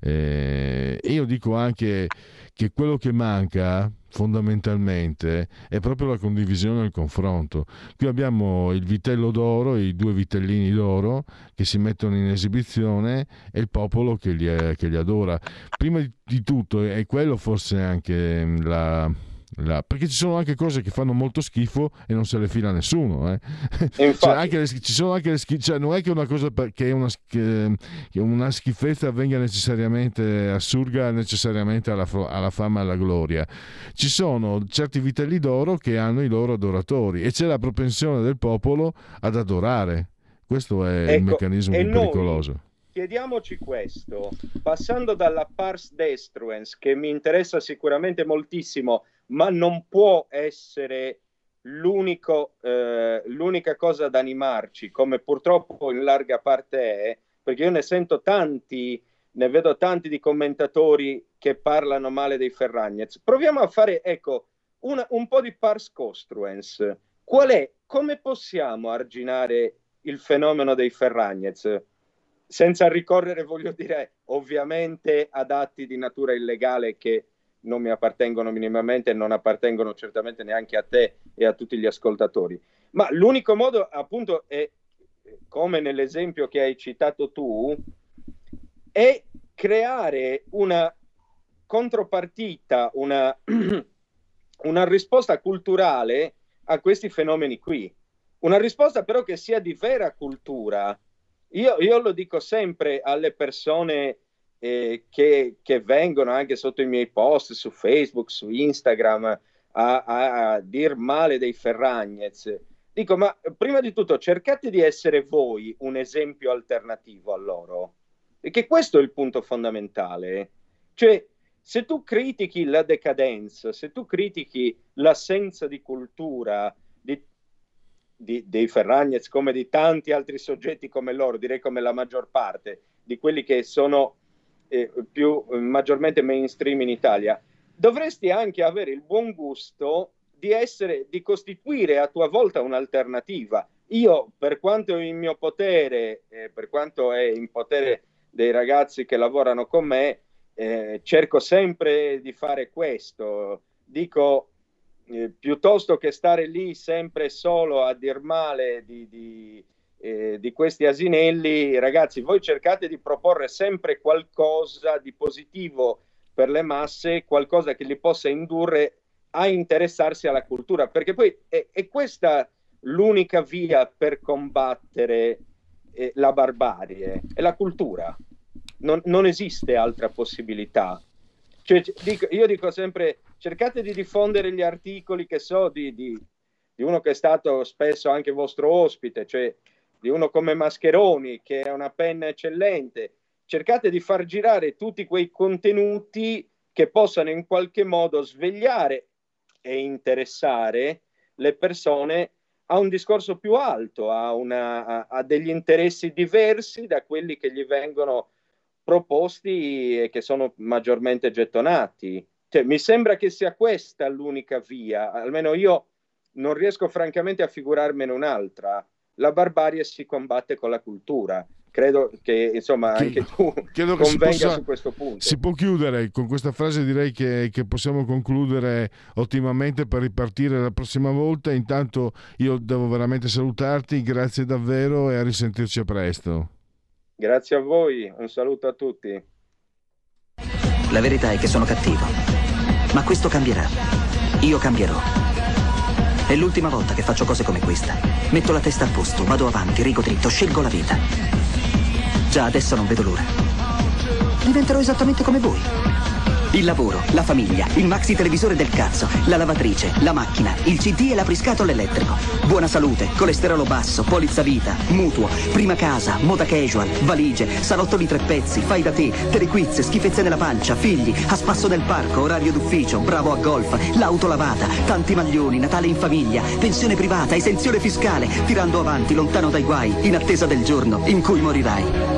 E io dico anche che quello che manca fondamentalmente è proprio la condivisione e il confronto. Qui abbiamo il vitello d'oro, i due vitellini d'oro che si mettono in esibizione, e il popolo che li, è, che li adora. Prima di tutto è quello forse anche la... La, perché ci sono anche cose che fanno molto schifo e non se le fila nessuno, eh. Cioè anche le, ci sono anche le schif- cioè non è che una cosa per, che, una, che, che una schifezza venga necessariamente assurga necessariamente alla, alla fama e alla gloria. Ci sono certi vitelli d'oro che hanno i loro adoratori e c'è la propensione del popolo ad adorare. Questo è ecco, il meccanismo più pericoloso. Chiediamoci questo, passando dalla pars destruens, che mi interessa sicuramente moltissimo, ma non può essere l'unico, eh, l'unica cosa ad animarci, come purtroppo in larga parte è, perché io ne sento tanti, ne vedo tanti di commentatori che parlano male dei Ferragnez. Proviamo a fare, ecco, una, un po' di pars construens. Qual è, come possiamo arginare il fenomeno dei Ferragnez? Senza ricorrere, voglio dire, ovviamente ad atti di natura illegale che non mi appartengono minimamente e non appartengono certamente neanche a te e a tutti gli ascoltatori. Ma l'unico modo, appunto, è, come nell'esempio che hai citato tu, è creare una contropartita, una, una risposta culturale a questi fenomeni qui. Una risposta però che sia di vera cultura. Io, io lo dico sempre alle persone eh, che, che vengono anche sotto i miei post su Facebook, su Instagram, a, a, a dir male dei Ferragnez. Dico, ma prima di tutto cercate di essere voi un esempio alternativo a loro. Perché questo è il punto fondamentale. Cioè, se tu critichi la decadenza, se tu critichi l'assenza di cultura di, di, dei Ferragnez come di tanti altri soggetti come loro, direi come la maggior parte di quelli che sono eh, più eh, maggiormente mainstream in Italia, dovresti anche avere il buon gusto di essere, di costituire a tua volta un'alternativa. Io, per quanto è in mio potere, eh, per quanto è in potere dei ragazzi che lavorano con me, eh, cerco sempre di fare questo. Dico, eh, piuttosto che stare lì sempre solo a dir male di, di, eh, di questi asinelli, ragazzi, voi cercate di proporre sempre qualcosa di positivo per le masse, qualcosa che li possa indurre a interessarsi alla cultura, perché poi è, è questa l'unica via per combattere eh, la barbarie, è la cultura. Non, non esiste altra possibilità. Cioè, dico, io dico sempre, cercate di diffondere gli articoli che so di, di, di uno che è stato spesso anche vostro ospite, cioè di uno come Mascheroni, che è una penna eccellente. Cercate di far girare tutti quei contenuti che possano in qualche modo svegliare e interessare le persone a un discorso più alto, a, una, a, a degli interessi diversi da quelli che gli vengono proposti e che sono maggiormente gettonati. Cioè, mi sembra che sia questa l'unica via, almeno io non riesco francamente a figurarmene un'altra. La barbarie si combatte con la cultura. Credo che insomma anche tu Credo che convenga si possa, su questo punto. Si può chiudere con questa frase, direi che, che possiamo concludere ottimamente per ripartire la prossima volta. Intanto io devo veramente salutarti, grazie davvero e a risentirci a presto. Grazie a voi, un saluto a tutti. La verità è che sono cattivo, ma questo cambierà. Io cambierò. È l'ultima volta che faccio cose come questa. Metto la testa a posto, vado avanti, rigo dritto, scelgo la vita. Già adesso non vedo l'ora. Diventerò esattamente come voi. Il lavoro, la famiglia, il maxi televisore del cazzo, la lavatrice, la macchina, il C D e l'apriscatole elettrico. Buona salute, colesterolo basso, polizza vita, mutuo, prima casa, moda casual, valigie, salotto di tre pezzi, fai da te, telequiz, schifezze nella pancia, figli, a spasso nel parco, orario d'ufficio, bravo a golf, l'auto lavata, tanti maglioni, Natale in famiglia, pensione privata, esenzione fiscale, tirando avanti, lontano dai guai, in attesa del giorno in cui morirai.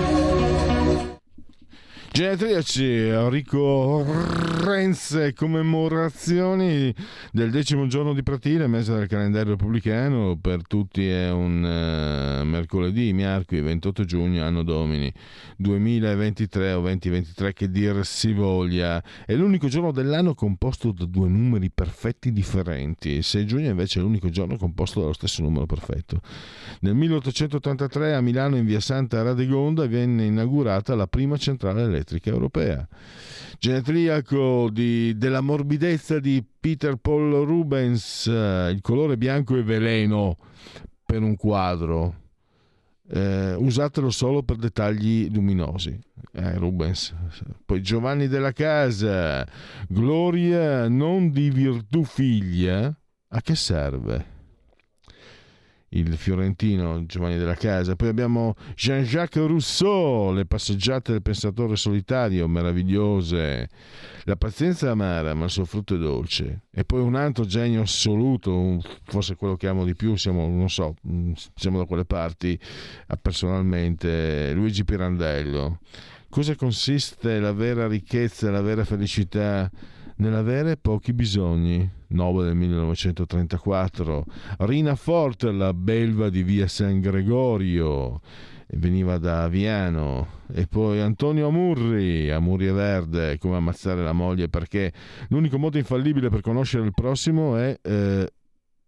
Genetriaci, Enrico Renzi, commemorazioni del decimo giorno di Pratile, mese del calendario repubblicano. Per tutti è un uh, mercoledì, miarqui, ventotto giugno, anno domini duemilaventitré o duemilaventitré, che dir si voglia. È l'unico giorno dell'anno composto da due numeri perfetti differenti. Il sei giugno invece è l'unico giorno composto dallo stesso numero perfetto. Nel milleottocentottantatré a Milano, in via Santa Radegonda, venne inaugurata la prima centrale elettrica europea. Genetriaco di, della morbidezza di Peter Paul Rubens, eh, il colore bianco è veleno per un quadro, eh, usatelo solo per dettagli luminosi. eh, Rubens. Poi Giovanni della Casa, gloria non di virtù figlia, a che serve? Il fiorentino Giovanni della Casa. Poi abbiamo Jean-Jacques Rousseau, Le passeggiate del pensatore solitario, meravigliose. La pazienza è amara, ma il suo frutto è dolce. E poi un altro genio assoluto, forse quello che amo di più, siamo, non so, siamo da quelle parti, personalmente, Luigi Pirandello. Cosa consiste la vera ricchezza, la vera felicità? Nell'avere pochi bisogni. Nobel del millenovecentotrentaquattro. Rina Forte, la belva di via San Gregorio, veniva da Aviano. E poi Antonio Amurri, Amurri e Verde, come ammazzare la moglie, perché l'unico modo infallibile per conoscere il prossimo è eh,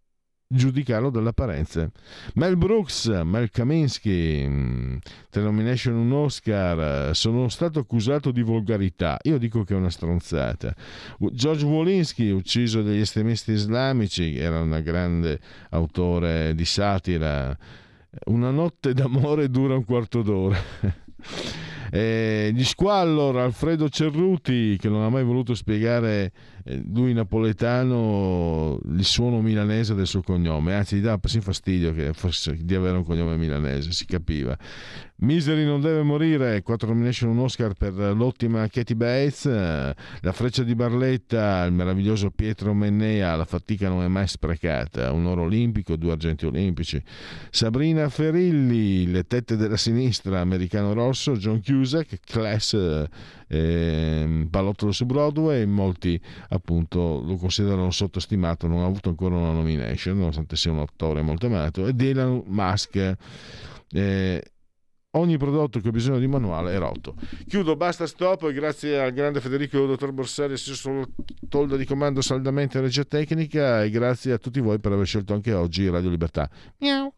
giudicarlo dalle apparenze. Mel Brooks, Mel Kaminsky, tre nomination, un Oscar. Sono stato accusato di volgarità, io dico che è una stronzata. George Wolinski, ucciso dagli estremisti islamici, era un grande autore di satira. Una notte d'amore dura un quarto d'ora. Eh, gli Squallor, Alfredo Cerruti, che non ha mai voluto spiegare, eh, lui napoletano, il suono milanese del suo cognome, anzi gli dava persino fastidio che fosse, di avere un cognome milanese, si capiva. Misery non deve morire, quattro nomination, un Oscar per l'ottima Kathy Bates. La freccia di Barletta, il meraviglioso Pietro Mennea, la fatica non è mai sprecata, un oro olimpico, due argenti olimpici. Sabrina Ferilli, Le tette della sinistra, Americano Rosso. John Cusack, Class, eh, Pallottolo su Broadway. Molti appunto lo considerano sottostimato, non ha avuto ancora una nomination nonostante sia un attore molto amato. E Dylan Musk, eh, ogni prodotto che ha bisogno di manuale è rotto. Chiudo, basta, stop. Grazie al grande Federico, dottor Borsari, sul tolda di comando saldamente in regia tecnica, e grazie a tutti voi per aver scelto anche oggi Radio Libertà. Miau.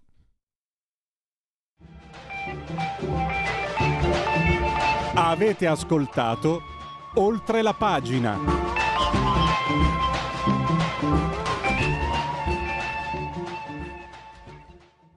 Avete ascoltato Oltre la pagina.